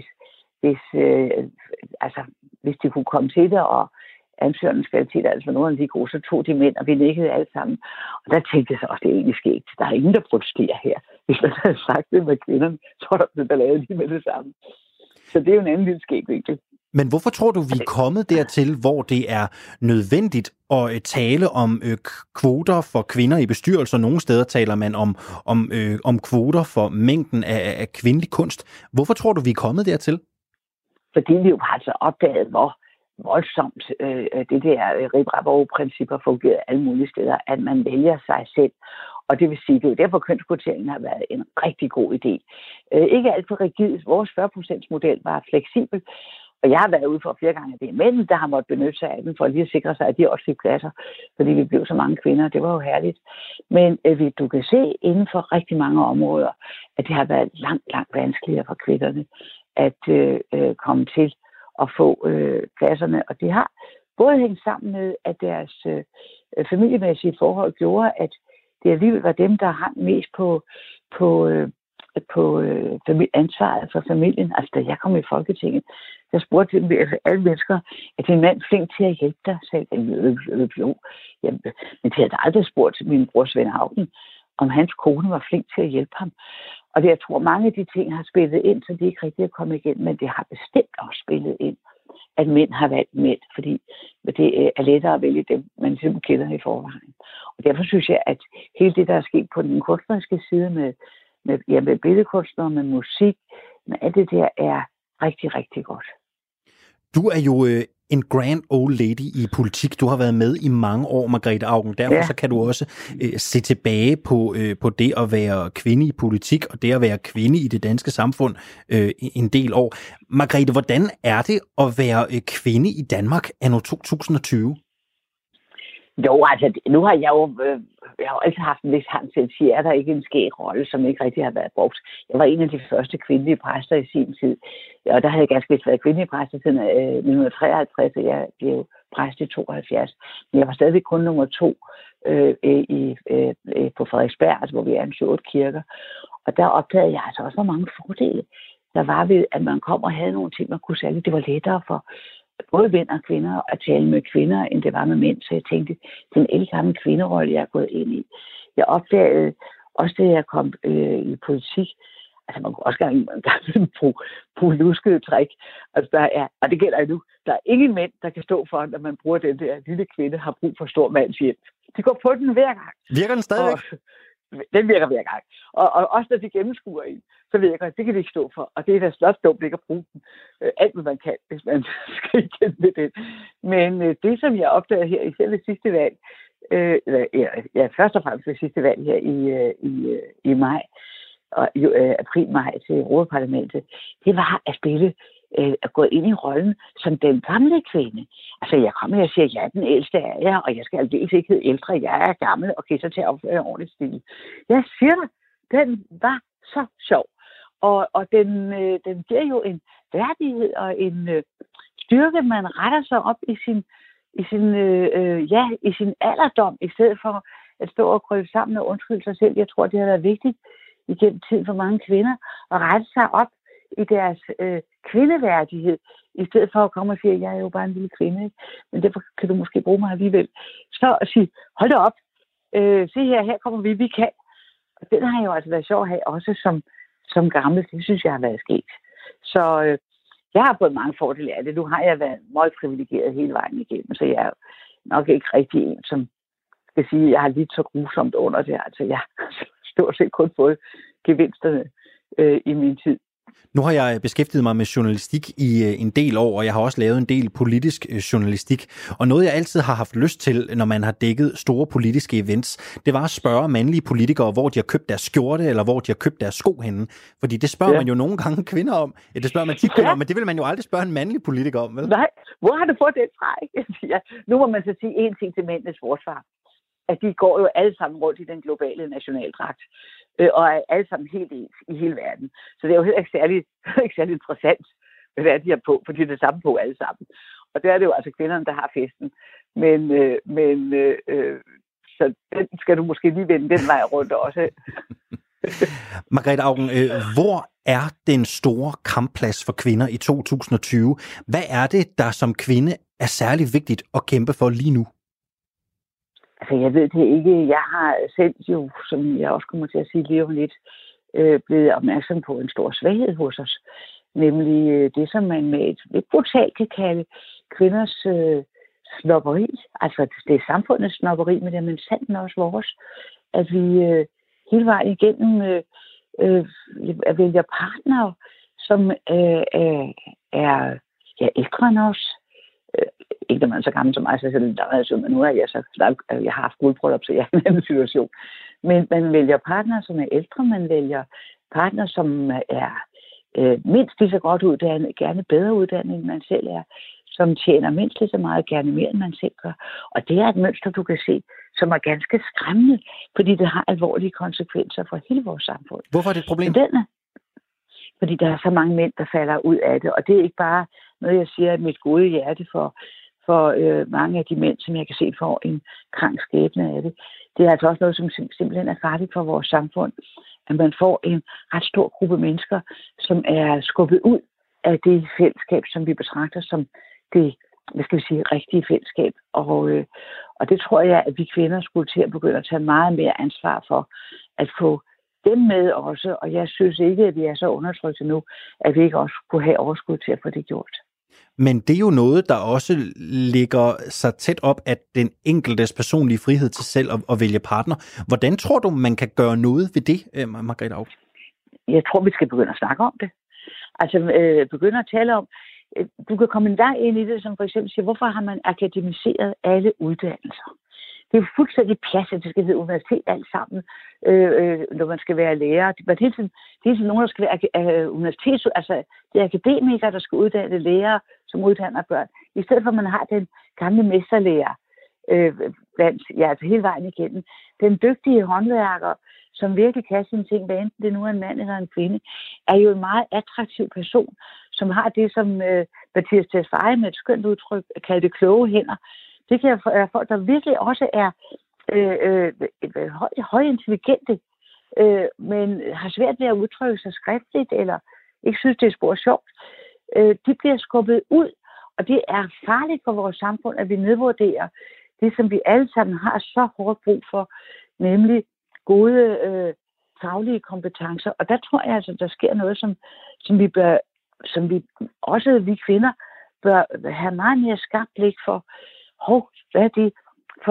S5: hvis de kunne komme til det, og ansøgernes kvalitet altså var nogle af de gode, så tog de mænd, og vi nikkede alle sammen. Og der tænkte jeg så også, det er egentlig sket. Der er ingen, der protesterer her. Hvis man havde sagt det med kvinderne, så var der blevet ballade lige med det samme. Så det er jo en anden lille skægvinkel.
S2: Men hvorfor tror du, vi er kommet dertil, hvor det er nødvendigt at tale om kvoter for kvinder i bestyrelser? Nogle steder taler man om kvoter for mængden af kvindelig kunst. Hvorfor tror du, vi er kommet dertil?
S5: Fordi vi jo har altså opdaget, hvor voldsomt det der Rip-Rap-principper fungerer alle mulige steder, at man vælger sig selv. Og det vil sige, det er jo derfor, kønskvoteringen har været en rigtig god idé. Ikke alt for rigid. Vores 40%-model var fleksibel. Og jeg har været ude for flere gange, at det er mænd, der har måttet benytte sig af den, for lige at sikre sig, at de også fik pladser, fordi vi blev så mange kvinder. Det var jo herligt. Men du kan se inden for rigtig mange områder, at det har været langt vanskeligere for kvinderne at komme til at få pladserne. Og det har både hængt sammen med, at deres familiemæssige forhold gjorde, at det alligevel var dem, der hang mest på ansvaret for familien. Altså, da jeg kom i Folketinget, jeg spurgte alle mennesker, at din mand flink til at hjælpe dig, sagde jeg. Men de havde aldrig spurgt min bror Svend Auken, om hans kone var flink til at hjælpe ham. Og det, jeg tror, mange af de ting har spillet ind, så de ikke rigtig er kommet igen, men det har bestemt også spillet ind, at mænd har valgt mænd, fordi det er lettere at vælge dem, man simpelthen kender i forvejen. Og derfor synes jeg, at hele det, der er sket på den kunstneriske side med billedkunstnere, med musik, med alt det der, er rigtig, rigtig godt.
S2: Du er jo en grand old lady i politik. Du har været med i mange år, Margrethe Auken. Derfor så kan du også se tilbage på det at være kvinde i politik, og det at være kvinde i det danske samfund en del år. Margrethe, hvordan er det at være kvinde i Danmark anno 2020?
S5: Jo, altså, nu har jeg jo altid haft en vis hang til at sige, er der ikke en skæg rolle, som ikke rigtig har været brugt. Jeg var en af de første kvindelige præster i sin tid, og der havde jeg ganske vist været kvindelig præster siden 1953, og jeg blev præst i 72. Men jeg var stadig kun nummer 2 på Frederiksberg, altså, hvor vi er en 7-8 kirker. Og der opdagede jeg altså også, hvor mange fordele der var ved, at man kom og havde nogle ting, man kunne sælge. Det var lettere for både mænd og kvinder at tale med kvinder, end det var med mænd. Så jeg tænkte, den ældgamle kvinderolle, jeg er gået ind i. Jeg opdagede også, da jeg kom i politik, altså man kunne også gerne bruge luskede træk. Altså der er, og det gælder nu, der er ingen mænd, der kan stå for, når man bruger den der lille kvinde, har brug for stor mands hjælp. De går på den hver gang.
S2: Virker den stadigvæk?
S5: Den virker hver gang. Og også når de gennemskuer en, så virker det kan de ikke stå for. Og det er da slot dumt ikke at bruge den. Alt, hvad man kan, hvis man skal igen med det. Men det, som jeg opdagede her i selve sidste valg, først og fremmest ved sidste valg her i maj, og april-maj til Europaparlamentet, det var at spille at gå ind i rollen som den gamle kvinde. Altså, jeg kommer og siger, ja, den ældste er jeg, og jeg skal aldeles ikke hedde ældre, jeg er gammel, og kan så til at opføre en ordentlig stil. Jeg siger dig, den var så sjov. Og den giver jo en værdighed og en styrke, man retter sig op i sin alderdom, i stedet for at stå og krøbe sammen og undskylde sig selv. Jeg tror, det har været vigtigt igennem tiden for mange kvinder at rette sig op i deres kvindeværdighed, i stedet for at komme og sige, at jeg er jo bare en lille kvinde, ikke? Men derfor kan du måske bruge mig alligevel. Så at sige, hold da op, se her kommer vi kan. Og den har jo altså været sjov at have, også som gammel. Det synes jeg har været sket. Så jeg har fået mange fordele af det. Nu har jeg været meget privilegeret hele vejen igennem, så jeg er nok ikke rigtig en, som skal sige, at jeg har lidt så grusomt under det. Altså, jeg har stort set kun fået gevinsterne i min tid.
S2: Nu har jeg beskæftiget mig med journalistik i en del år, og jeg har også lavet en del politisk journalistik. Og noget, jeg altid har haft lyst til, når man har dækket store politiske events, det var at spørge mandlige politikere, hvor de har købt deres skjorte, eller hvor de har købt deres sko henne. Fordi det spørger man jo nogle gange kvinder om. Ja, det spørger man tit kvinder om, men det vil man jo aldrig spørge en mandlig politiker om, vel?
S5: Nej, hvor har du fået det fra? Ja, nu må man så sige én ting til mændenes forsvar. At de går jo alle sammen rundt i den globale nationaldragt, og er alle sammen helt ens i hele verden. Så det er jo heller ikke særlig interessant, hvad de har på, for de er det samme på alle sammen. Og der er det jo altså kvinderne, der har festen. Men så den skal du måske lige vende den vej rundt også.
S2: Margrethe Auken, hvor er den store kampplads for kvinder i 2020? Hvad er det, der som kvinde er særlig vigtigt at kæmpe for lige nu?
S5: Altså, jeg ved det ikke. Jeg har selv jo, som jeg også kommer til at sige lige om lidt, blevet opmærksom på en stor svaghed hos os. Nemlig det, som man med et lidt brutalt kan kalde kvinders snobberi. Altså, det er samfundets snobberi, men det er men sandt også vores. At vi hele vejen igennem vælger partnere, som er ældre end os. Ikke når man er så gammel som mig, så nu er jeg så jeg har haft guldbryllup, så jeg er i en anden situation. Men man vælger partnere, som er ældre, man vælger partnere, som er mindst lige så godt uddannet, gerne bedre uddannet, end man selv er, som tjener mindst lige så meget, gerne mere, end man selv gør. Og det er et mønster, du kan se, som er ganske skræmmende, fordi det har alvorlige konsekvenser for hele vores samfund.
S2: Hvorfor er det et problem?
S5: Fordi der er så mange mænd, der falder ud af det, og det er ikke bare noget, jeg siger af mit gode hjerte for mange af de mænd, som jeg kan se får en krank skæbne af det. Det er altså også noget, som simpelthen er farligt for vores samfund, at man får en ret stor gruppe mennesker, som er skubbet ud af det fællesskab, som vi betragter som det, rigtige fællesskab. Og det tror jeg, at vi kvinder skulle til at begynde at tage meget mere ansvar for at få dem med også. Og jeg synes ikke, at vi er så undertrykte nu, at vi ikke også kunne have overskud til at få det gjort.
S2: Men det er jo noget, der også ligger sig tæt op af den enkeltes personlige frihed til selv at vælge partner. Hvordan tror du, man kan gøre noget ved det, Margrethe Auken?
S5: Jeg tror, vi skal begynde at snakke om det. Altså begynde at tale om, du kan komme en vej ind i det, som for eksempel siger, hvorfor har man akademiseret alle uddannelser? Det er jo fuldstændig plads, at det skal hedde universitet alt sammen, når man skal være lærer. Det er hele tiden nogen, der skal være universitet, altså det er akademikere, der skal uddanne lærere, som uddanner børn. I stedet for, at man har den gamle mesterlærer altså hele vejen igennem. Den dygtige håndværker, som virkelig kan sine ting, hvad enten det nu er en mand eller en kvinde, er jo en meget attraktiv person, som har det, som Mathias Tesfaye med et skønt udtryk kalder det kloge hænder. Det kan være folk, der virkelig også er højintelligente, men har svært ved at udtrykke sig skriftligt, eller ikke synes, det er spor sjovt. De bliver skubbet ud, og det er farligt for vores samfund, at vi nedvurderer det, som vi alle sammen har så hårdt brug for, nemlig gode faglige kompetencer. Og der tror jeg altså, der sker noget, som vi også vi kvinder bør have meget mere skarpt blik for. Hvad er det for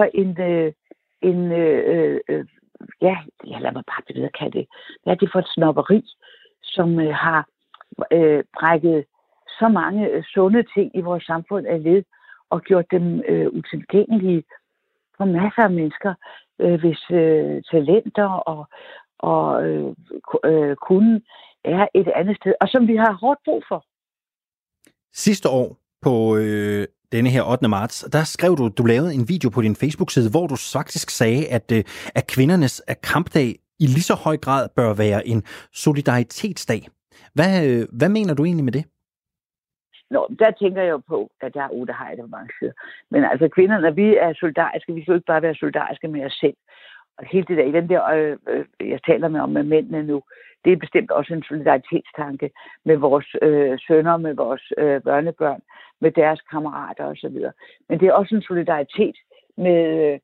S5: lad mig bare bedre kalde det. Hvad er det for et snobberi, som har brækket så mange sunde ting i vores samfund af led og gjort dem utilgængelige for masser af mennesker, hvis talenter og kunden er et andet sted, og som vi har hårdt brug for.
S2: Sidste år på denne her 8. marts, der skrev du lavede en video på din Facebook-side, hvor du faktisk sagde, at kvindernes kampdag i lige så høj grad bør være en solidaritetsdag. Hvad mener du egentlig med det?
S5: Der tænker jeg jo på, at der har jeg det på mange sider. Men altså kvinderne, vi er solidariske, vi skal jo ikke bare være solidariske med os selv. Og hele det der, den der, jeg taler med om med mændene nu, det er bestemt også en solidaritetstanke med vores sønner, med vores børnebørn, med deres kammerater osv. Men det er også en solidaritet med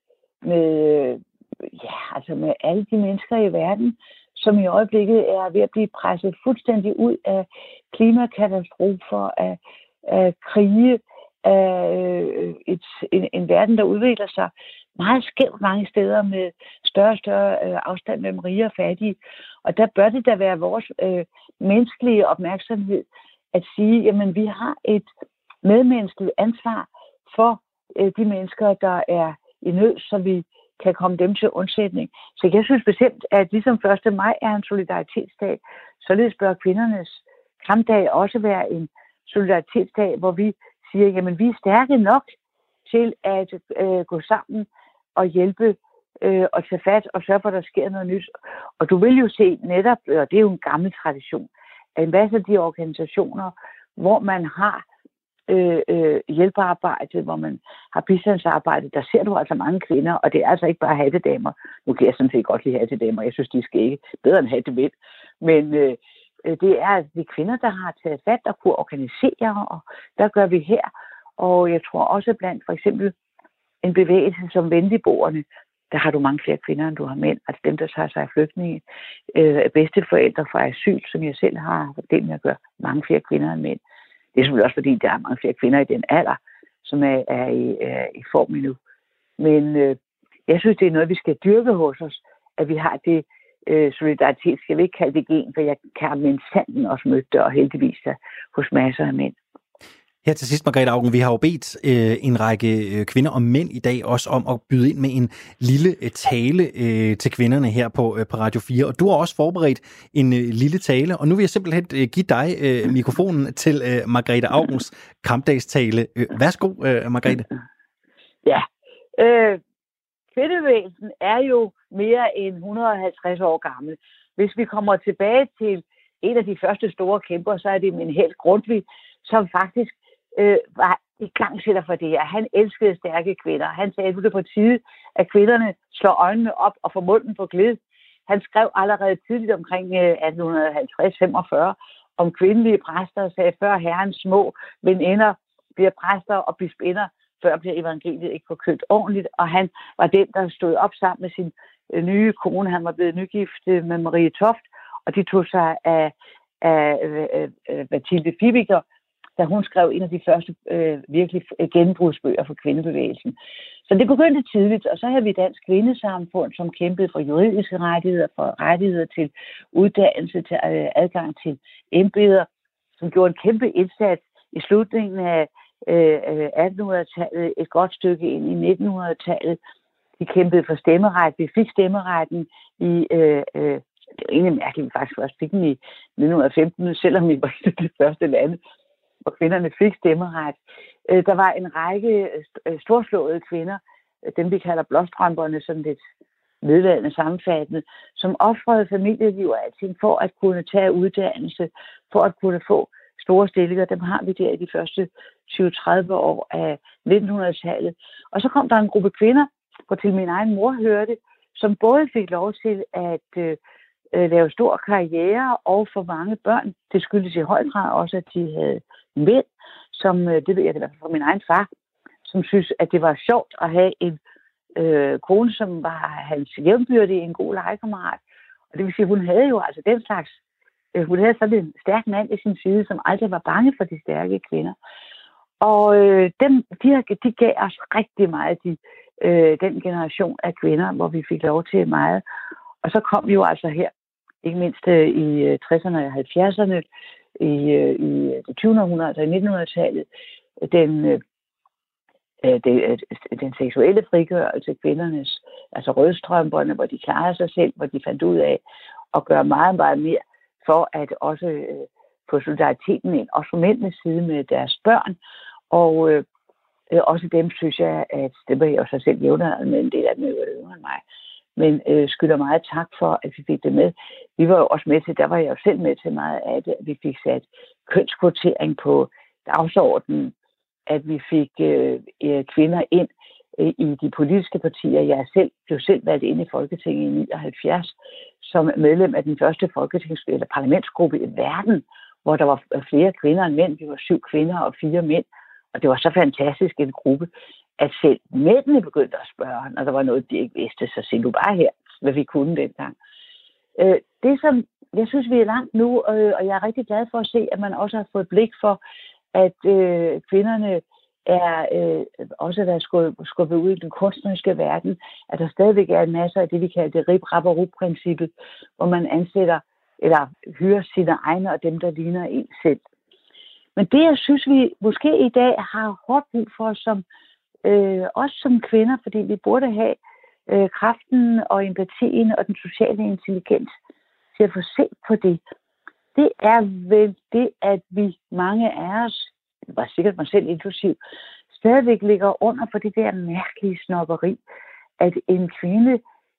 S5: alle de mennesker i verden, som i øjeblikket er ved at blive presset fuldstændig ud af klimakatastrofer, af krige, af en verden, der udvikler sig meget skævt mange steder med større og større afstand mellem rige og fattige. Og der bør det da være vores menneskelige opmærksomhed at sige, jamen vi har et medmenneskeligt ansvar for de mennesker, der er i nød, så vi kan komme dem til undsætning. Så jeg synes bestemt, at ligesom 1. maj er en solidaritetsdag, således bør kvindernes kampdag også være en solidaritetsdag, hvor vi siger, jamen vi er stærke nok til at gå sammen og hjælpe og tage fat og sørge for, at der sker noget nyt. Og du vil jo se netop, og det er jo en gammel tradition, at en masse af de organisationer, hvor man har hjælpearbejde, hvor man har bistandsarbejde, der ser du altså mange kvinder, og det er altså ikke bare hattedamer. Nu kan jeg sådan set godt lide hattedamer, jeg synes, de skal ikke bedre end hattemænd. Men det er de kvinder, der har taget fat og kunne organisere, og der gør vi her. Og jeg tror også blandt for eksempel en bevægelse som venligboerne, der har du mange flere kvinder, end du har mænd. Altså dem, der tager sig af flygtninge, bedsteforældre fra asyl, som jeg selv har fordelt med at gøre mange flere kvinder end mænd. Det er selvfølgelig også, fordi der er mange flere kvinder i den alder, som er i form endnu. Men jeg synes, det er noget, vi skal dyrke hos os, at vi har det solidaritet. Skal vi ikke kalde det gen, for jeg kan med sanden også møde det, og heldigvis hos masser af mænd.
S2: Her til sidst, Margrethe Auken, vi har jo bedt en række kvinder og mænd i dag også om at byde ind med en lille tale til kvinderne her på Radio 4. Og du har også forberedt en lille tale, og nu vil jeg simpelthen give dig mikrofonen til Margrethe Aukens kampdagstale. Værsgo, Margrethe.
S5: Ja, kvindebevægelsen er jo mere end 150 år gammel. Hvis vi kommer tilbage til en af de første store kæmper, så er det min helt Grundtvig, som faktisk var i gangsætter for det her. Han elskede stærke kvinder. Han sagde, at det er på tide, at kvinderne slår øjnene op og får munden på glid. Han skrev allerede tidligt omkring 1850-45 om kvindelige præster og sagde, før herrens små veninder bliver præster og bispinder, før bliver evangeliet ikke forkyndt ordentligt. Og han var den, der stod op sammen med sin nye kone. Han var blevet nygift med Marie Toft, og de tog sig af Mathilde Fibiger, da hun skrev en af de første virkelig gennembrudsbøger for kvindebevægelsen. Så det begyndte tidligt, og så havde vi Dansk Kvindesamfund, som kæmpede for juridiske rettigheder, for rettigheder til uddannelse, til adgang til embeder, som gjorde en kæmpe indsats i slutningen af 1800-tallet, et godt stykke ind i 1900-tallet. De kæmpede for stemmeret. Vi fik stemmeretten i... det er egentlig mærkeligt, at vi faktisk først fik den i 1915, selvom vi var det første lande, hvor kvinderne fik stemmeret. Der var en række storslåede kvinder, dem vi kalder blåstrømperne, sådan lidt nedladende sammenfattende, som ofrede familieliv og alting for at kunne tage uddannelse, for at kunne få store stillinger. Dem har vi der i de første 20-30 år af 1900-tallet. Og så kom der en gruppe kvinder, hvor til min egen mor hørte, som både fik lov til at lave stor karriere og for mange børn. Det skyldes i høj grad også, at de havde mænd, som, det ved jeg i hvert fald fra min egen far, som synes, at det var sjovt at have en kone, som var hans jævnbyrdige, en god legekammerat. Og det vil sige, hun havde jo altså den slags, hun havde sådan en stærk mand i sin side, som aldrig var bange for de stærke kvinder. Og de gav os rigtig meget, den generation af kvinder, hvor vi fik lov til meget. Og så kom vi jo altså her, ikke mindst i 60'erne og 70'erne, i det 20. århundrede, altså i 1900-tallet, den seksuelle frigørelse, kvindernes, altså rødstrømperne, hvor de klarede sig selv, hvor de fandt ud af at gøre meget, meget mere for at også få solidariteten ind, også for mændenes side med deres børn. Og også dem, synes jeg, at det var jeg jo sig selv jævnaldrende med, en del af dem er yngre end mig, men skylder meget tak for, at vi fik det med. Vi var jo også med til, der var jeg jo selv med til meget af det, at vi fik sat kønskvotering på dagsordenen, at vi fik kvinder ind i de politiske partier. Jeg blev selv valgt ind i Folketinget i 79 som medlem af den første eller parlamentsgruppe i verden, hvor der var flere kvinder end mænd. Vi var 7 kvinder og 4 mænd, og det var så fantastisk en gruppe, at selv mændene begyndte at spørge, når der var noget, de ikke vidste, så se du bare her, hvad vi kunne dengang. Det som, jeg synes, vi er langt nu, og jeg er rigtig glad for at se, at man også har fået blik for, at kvinderne er også været skubbet ud i den kunstneriske verden, at der stadigvæk er en masse af det, vi kalder det rip-rap-og-rup-princippet, hvor man ansætter eller hyrer sine egne og dem, der ligner en selv. Men det, jeg synes, vi måske i dag har hårdt brug for, som også som kvinder, fordi vi burde have kraften og empatien og den sociale intelligens til at få set på det. Det er vel det, at vi mange af os, det var sikkert mig selv inklusiv, stadigvæk ligger under for det der mærkelige snobberi, at en kvindes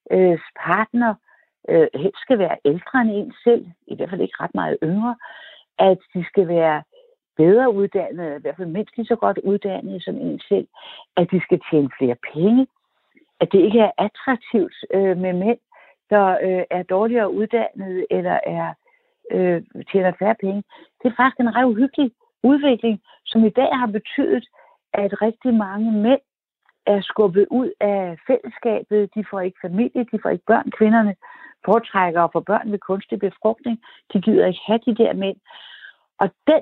S5: partner helst skal være ældre end en selv, i hvert fald ikke ret meget yngre, at de skal være bedre uddannede, i hvert fald mindst lige så godt uddannede som en selv, at de skal tjene flere penge, at det ikke er attraktivt med mænd, der er dårligere uddannede eller tjener færre penge. Det er faktisk en ret uhyggelig udvikling, som i dag har betydet, at rigtig mange mænd er skubbet ud af fællesskabet. De får ikke familie, de får ikke børn. Kvinderne foretrækker at få børn ved kunstig befrugtning. De gider ikke have de der mænd. Og den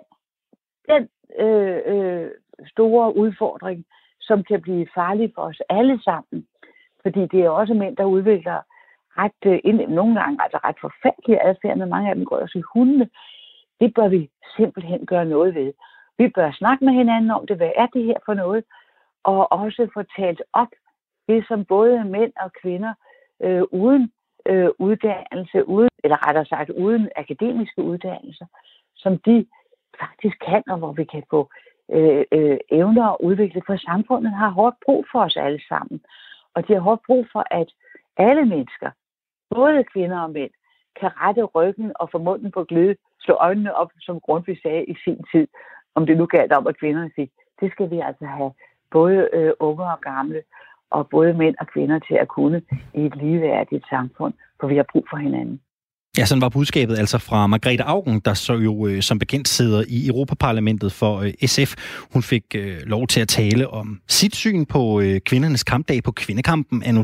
S5: store udfordring, som kan blive farlig for os alle sammen, fordi det er også mænd, der udvikler nogle gange ret forfærdelige adfærd, men mange af dem går også i hundene. Det bør vi simpelthen gøre noget ved. Vi bør snakke med hinanden om det. Hvad er det her for noget? Og også få talt op det, som både mænd og kvinder uden uddannelse, eller rettere sagt uden akademiske uddannelser, som de faktisk kan, og hvor vi kan få evner og udvikle, for samfundet har hårdt brug for os alle sammen. Og de har hårdt brug for, at alle mennesker, både kvinder og mænd, kan rette ryggen og få munden på gløde, slå øjnene op, som Grundtvig sagde i sin tid, om det nu galt om, at kvinderne fik. Det skal vi altså have både unge og gamle, og både mænd og kvinder til at kunne i et ligeværdigt samfund, for vi har brug for hinanden.
S2: Ja, sådan var budskabet altså fra Margrethe Auken, der så jo som bekendt sidder i Europaparlamentet for SF. Hun fik lov til at tale om sit syn på kvindernes kampdag, på kvindekampen anno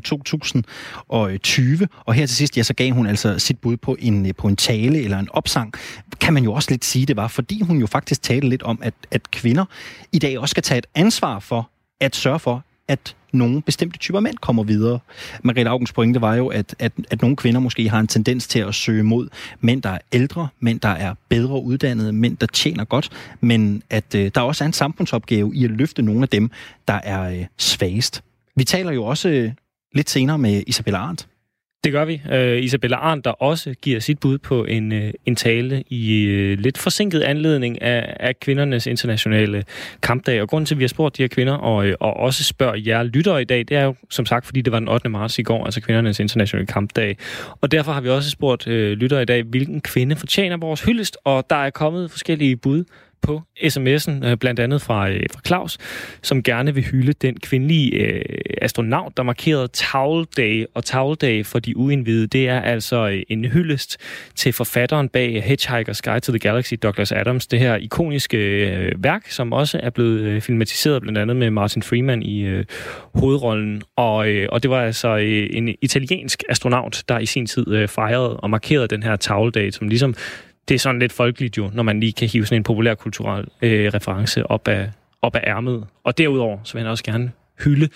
S2: 2020. Og her til sidst, ja, så gav hun altså sit bud på en tale eller en opsang. Kan man jo også lidt sige, det var, fordi hun jo faktisk talte lidt om, at kvinder i dag også skal tage et ansvar for at sørge for, at nogle bestemte typer mænd kommer videre. Margrethe Augens pointe var jo, at nogle kvinder måske har en tendens til at søge mod mænd, der er ældre, mænd, der er bedre uddannede, mænd, der tjener godt, men at der også er en samfundsopgave i at løfte nogle af dem, der er svagest. Vi taler jo også lidt senere med Isabella Arendt.
S3: Det gør vi. Isabella Arendt, der også giver sit bud på en tale i lidt forsinket anledning af kvindernes internationale kampdag. Og grunden til, at vi har spurgt de her kvinder, og også spørger jer lyttere i dag, det er jo som sagt, fordi det var den 8. marts i går, altså kvindernes internationale kampdag. Og derfor har vi også spurgt lyttere i dag, hvilken kvinde fortjener vores hyldest, og der er kommet forskellige bud på sms'en, blandt andet fra Claus, som gerne vil hylde den kvindelige astronaut, der markerede Towel Day. Og Towel Day for de uindvidede, det er altså en hyldest til forfatteren bag Hitchhiker's Guide to the Galaxy, Douglas Adams. Det her ikoniske værk, som også er blevet filmatiseret, blandt andet med Martin Freeman i hovedrollen. Og det var altså en italiensk astronaut, der i sin tid fejrede og markerede den her Towel Day, som ligesom det er sådan lidt folkeligt jo, når man lige kan hive sådan en populærkulturel reference op af ærmet. Og derudover, så vil jeg også gerne hylde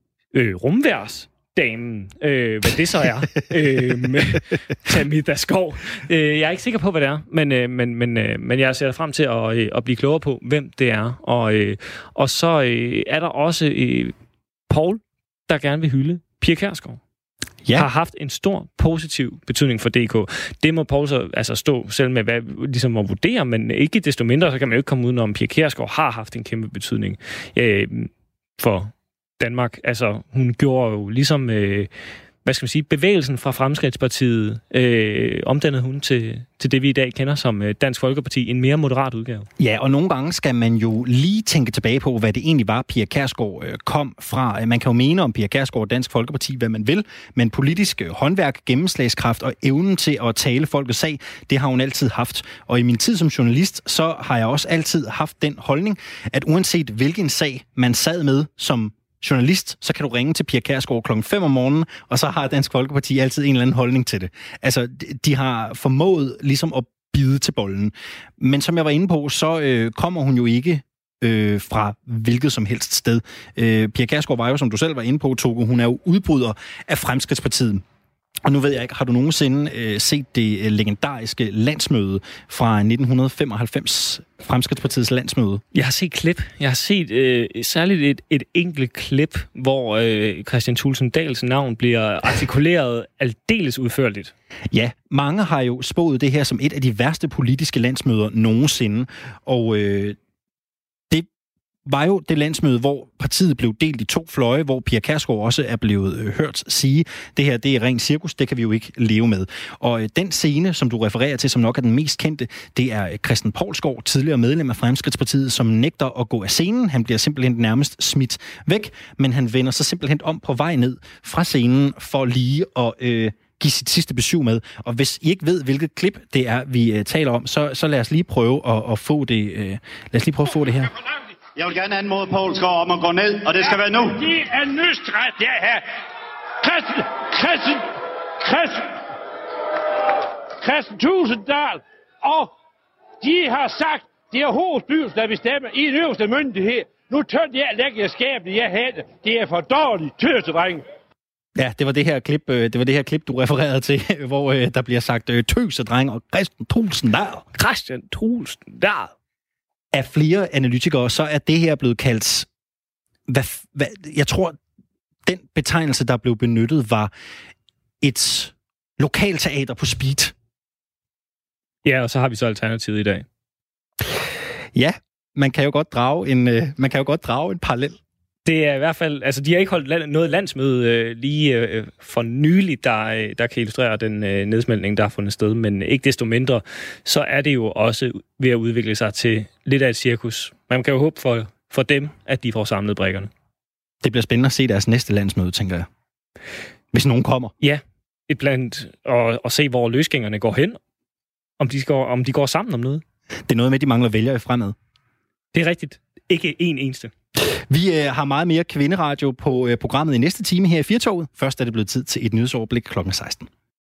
S3: rumværsdamen, hvad det så er. Tamida Skov. Jeg er ikke sikker på, hvad det er, men jeg ser frem til at blive klogere på, hvem det er. Og så er der også Paul, der gerne vil hylde Pia Kjærsgaard. Ja. Har haft en stor positiv betydning for DK. Det må Poul så altså stå selv med, hvad ligesom at vurdere, men ikke desto mindre, så kan man jo ikke komme udenom, Pia Kjærsgaard har haft en kæmpe betydning for Danmark. Altså, hun gjorde jo ligesom, hvad skal man sige, bevægelsen fra Fremskridtspartiet, omdannede hun til det, vi i dag kender som Dansk Folkeparti, en mere moderat udgave. Ja, og nogle gange skal man jo lige tænke tilbage på, hvad det egentlig var, Pia Kjærsgaard kom fra. Man kan jo mene om Pia Kjærsgaard og Dansk Folkeparti, hvad man vil, men politisk håndværk, gennemslagskraft og evnen til at tale folkets sag, det har hun altid haft. Og i min tid som journalist, så har jeg også altid haft den holdning, at uanset hvilken sag man sad med som journalist, så kan du ringe til Pia Kjærsgaard klokken 5 om morgenen, og så har Dansk Folkeparti altid en eller anden holdning til det. Altså, de har formået ligesom at bide til bollen. Men som jeg var inde på, så kommer hun jo ikke fra hvilket som helst sted. Pia Kjærsgaard var jo, som du selv var inde på, Togo, hun er jo udbryder af Fremskridtspartiet. Og nu ved jeg ikke, har du nogensinde set det legendariske landsmøde fra 1995, Fremskridtspartiets landsmøde? Jeg har set klip. Jeg har set særligt et enkelt klip, hvor Kristian Thulesen Dahls navn bliver artikuleret aldeles udførligt. Ja, mange har jo spået det her som et af de værste politiske landsmøder nogensinde, og var jo det landsmøde, hvor partiet blev delt i 2 fløje, hvor Pia Kjærsgaard også er blevet hørt sige, det her, det er ren cirkus, det kan vi jo ikke leve med. Og den scene, som du refererer til, som nok er den mest kendte, det er Christian Poulsgaard, tidligere medlem af Fremskridtspartiet, som nægter at gå af scenen. Han bliver simpelthen nærmest smidt væk, men han vender sig simpelthen om på vej ned fra scenen for lige at give sit sidste besøg med. Og hvis I ikke ved, hvilket klip det er, vi taler om, så lad os lige prøve at få det. Lad os lige prøve at få det her.
S6: Jeg vil gerne anmode Poulsgaard om at gå ned, og det skal være nu.
S7: Det er nødstræt, det her. Christian Tusinddal, og de har sagt, det er hovedstyrelsen, der bestemmer i den øverste myndighed. Nu tør jeg lægge jer skabet, jeg havde. Det er for dårligt, tøsedreng.
S2: Ja, det var det her klip, du refererede til, hvor der bliver sagt tøsedreng og Christian Tusinddal.
S3: Christian Tusinddal.
S2: af flere analytikere, så er det her blevet kaldt... jeg tror, den betegnelse, der blev benyttet, var et lokalteater på speed.
S3: Ja, og så har vi så alternativet i dag.
S2: Ja, man kan jo godt drage en parallel.
S3: Det er i hvert fald, altså de har ikke holdt noget landsmøde lige for nylig, der kan illustrere den nedsmeltning, der har fundet sted, men ikke desto mindre, så er det jo også ved at udvikle sig til lidt af et cirkus. Man kan jo håbe for dem, at de får samlet brikkerne.
S2: Det bliver spændende at se deres næste landsmøde, tænker jeg. Hvis nogen kommer.
S3: Ja, et blandt og se, hvor løsgængerne går hen. Om de går sammen om noget.
S2: Det er noget med, at de mangler vælgere fremad.
S3: Det er rigtigt. Ikke en eneste.
S2: Vi har meget mere kvinderadio på programmet i næste time her i Firtoget. Først er det blevet tid til et nyhedsoverblik kl. 16.